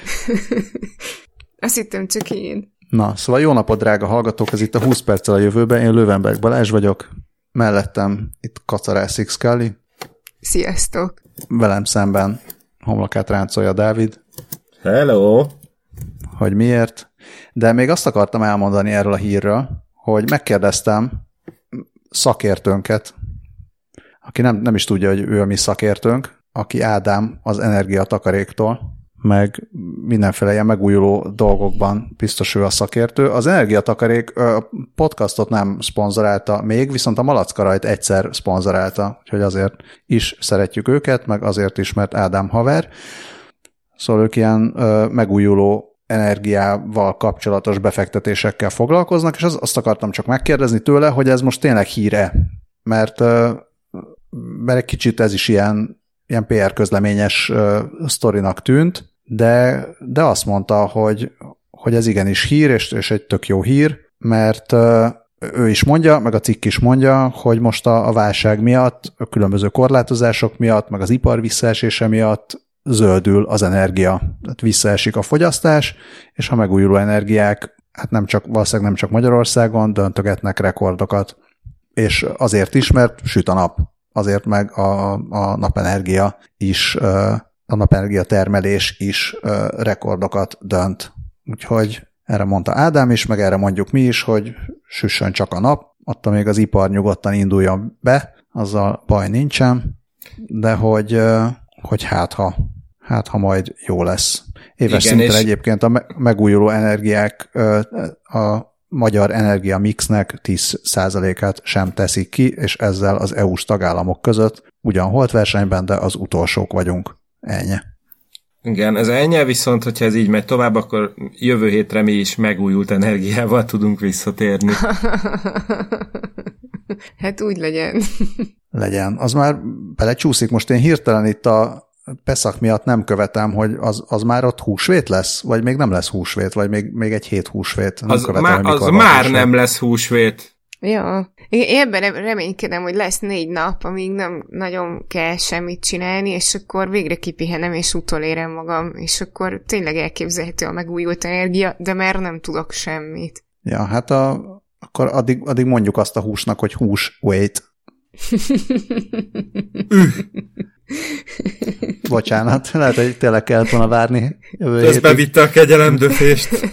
Azt hittem csak én. Na, szóval jó napot, drága hallgatók, ez itt a húsz perccel a jövőben. Én Löwenberg Balázs vagyok. Mellettem itt Kacarász Scully. Sziasztok. Velem szemben homlokát ráncolja Dávid. Hello. Hogy miért. De még azt akartam elmondani erről a hírről, hogy megkérdeztem szakértőnket, aki nem, nem is tudja, hogy ő a mi szakértőnk, aki Ádám az energiatakaréktól, meg mindenféle ilyen megújuló dolgokban biztos ő a szakértő. Az energiatakarék podcastot nem szponzorálta még, viszont a Malackarajt egyszer szponzorálta, úgyhogy azért is szeretjük őket, meg azért is, mert Ádám haver. Szóval ők ilyen megújuló energiával kapcsolatos befektetésekkel foglalkoznak, és az, azt akartam csak megkérdezni tőle, hogy ez most tényleg híre, mert, mert egy kicsit ez is ilyen, ilyen pé er közleményes sztorinak tűnt, de, de azt mondta, hogy, hogy ez igenis hír, és, és egy tök jó hír, mert ő is mondja, meg a cikk is mondja, hogy most a, a válság miatt, a különböző korlátozások miatt, meg az ipar visszaesése miatt zöldül az energia, tehát visszaesik a fogyasztás, és a megújuló energiák, hát nem csak, valószínűleg nem csak Magyarországon döntögetnek rekordokat. És azért is, mert süt a nap. Azért meg a, a napenergia is, a napenergia termelés is rekordokat dönt. Úgyhogy erre mondta Ádám is, meg erre mondjuk mi is, hogy süssön csak a nap, attól még az ipar nyugodtan induljon be, azzal baj nincsen, de hogy, hogy hát ha, hát ha majd jó lesz. Éves Igen, szinten egyébként a megújuló energiák a magyar energia mixnek tíz százalékát sem teszik ki, és ezzel az é u-s tagállamok között ugyan holt versenyben, de az utolsók vagyunk. Ennyi. Igen, ez ennyi, viszont hogyha ez így megy tovább, akkor jövő hétre mi is megújult energiával tudunk visszatérni. Hát úgy legyen. Legyen. Az már belecsúszik. Most én hirtelen itt a Peszak miatt nem követem, hogy az, az már ott húsvét lesz? Vagy még nem lesz húsvét? Vagy még, még egy hét húsvét? Nem az követem, má, az már húsvét. Nem lesz húsvét. Ja. Én ebben reménykedem, hogy lesz négy nap, amíg nem nagyon kell semmit csinálni, és akkor végre kipihenem, és utolérem magam, és akkor tényleg elképzelhető a megújult energia, de már nem tudok semmit. Ja, hát a, akkor addig, addig mondjuk azt a húsnak, hogy hús, wait. Bocsánat, lehet, hogy tényleg kellett volna várni. Ez bevitte a kegyelemdöfést.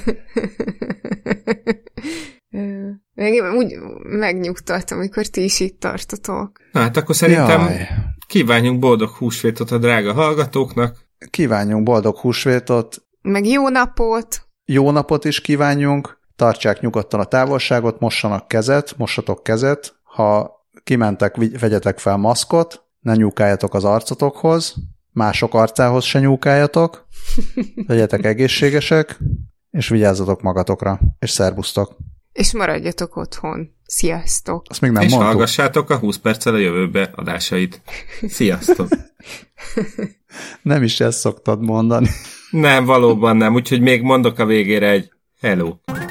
Meg úgy megnyugtat, amikor ti is itt tartotok. Hát akkor szerintem Jaj. kívánjunk boldog húsvétot a drága hallgatóknak. Kívánjunk boldog húsvétot. Meg jó napot. Jó napot is kívánjunk. Tartsák nyugodtan a távolságot, mossanak kezet, mossatok kezet. Ha kimentek, vegyetek fel maszkot, ne nyúkáljatok az arcotokhoz, mások arcához se nyúkáljatok, legyetek egészségesek, és vigyázzatok magatokra, és szervusztok. És maradjatok otthon. Sziasztok! Azt még nem és mondtuk. hallgassátok a húsz perccel a jövőbe adásait. Sziasztok! Nem is ezt szoktad mondani. Nem, valóban nem, úgyhogy még mondok a végére egy hello.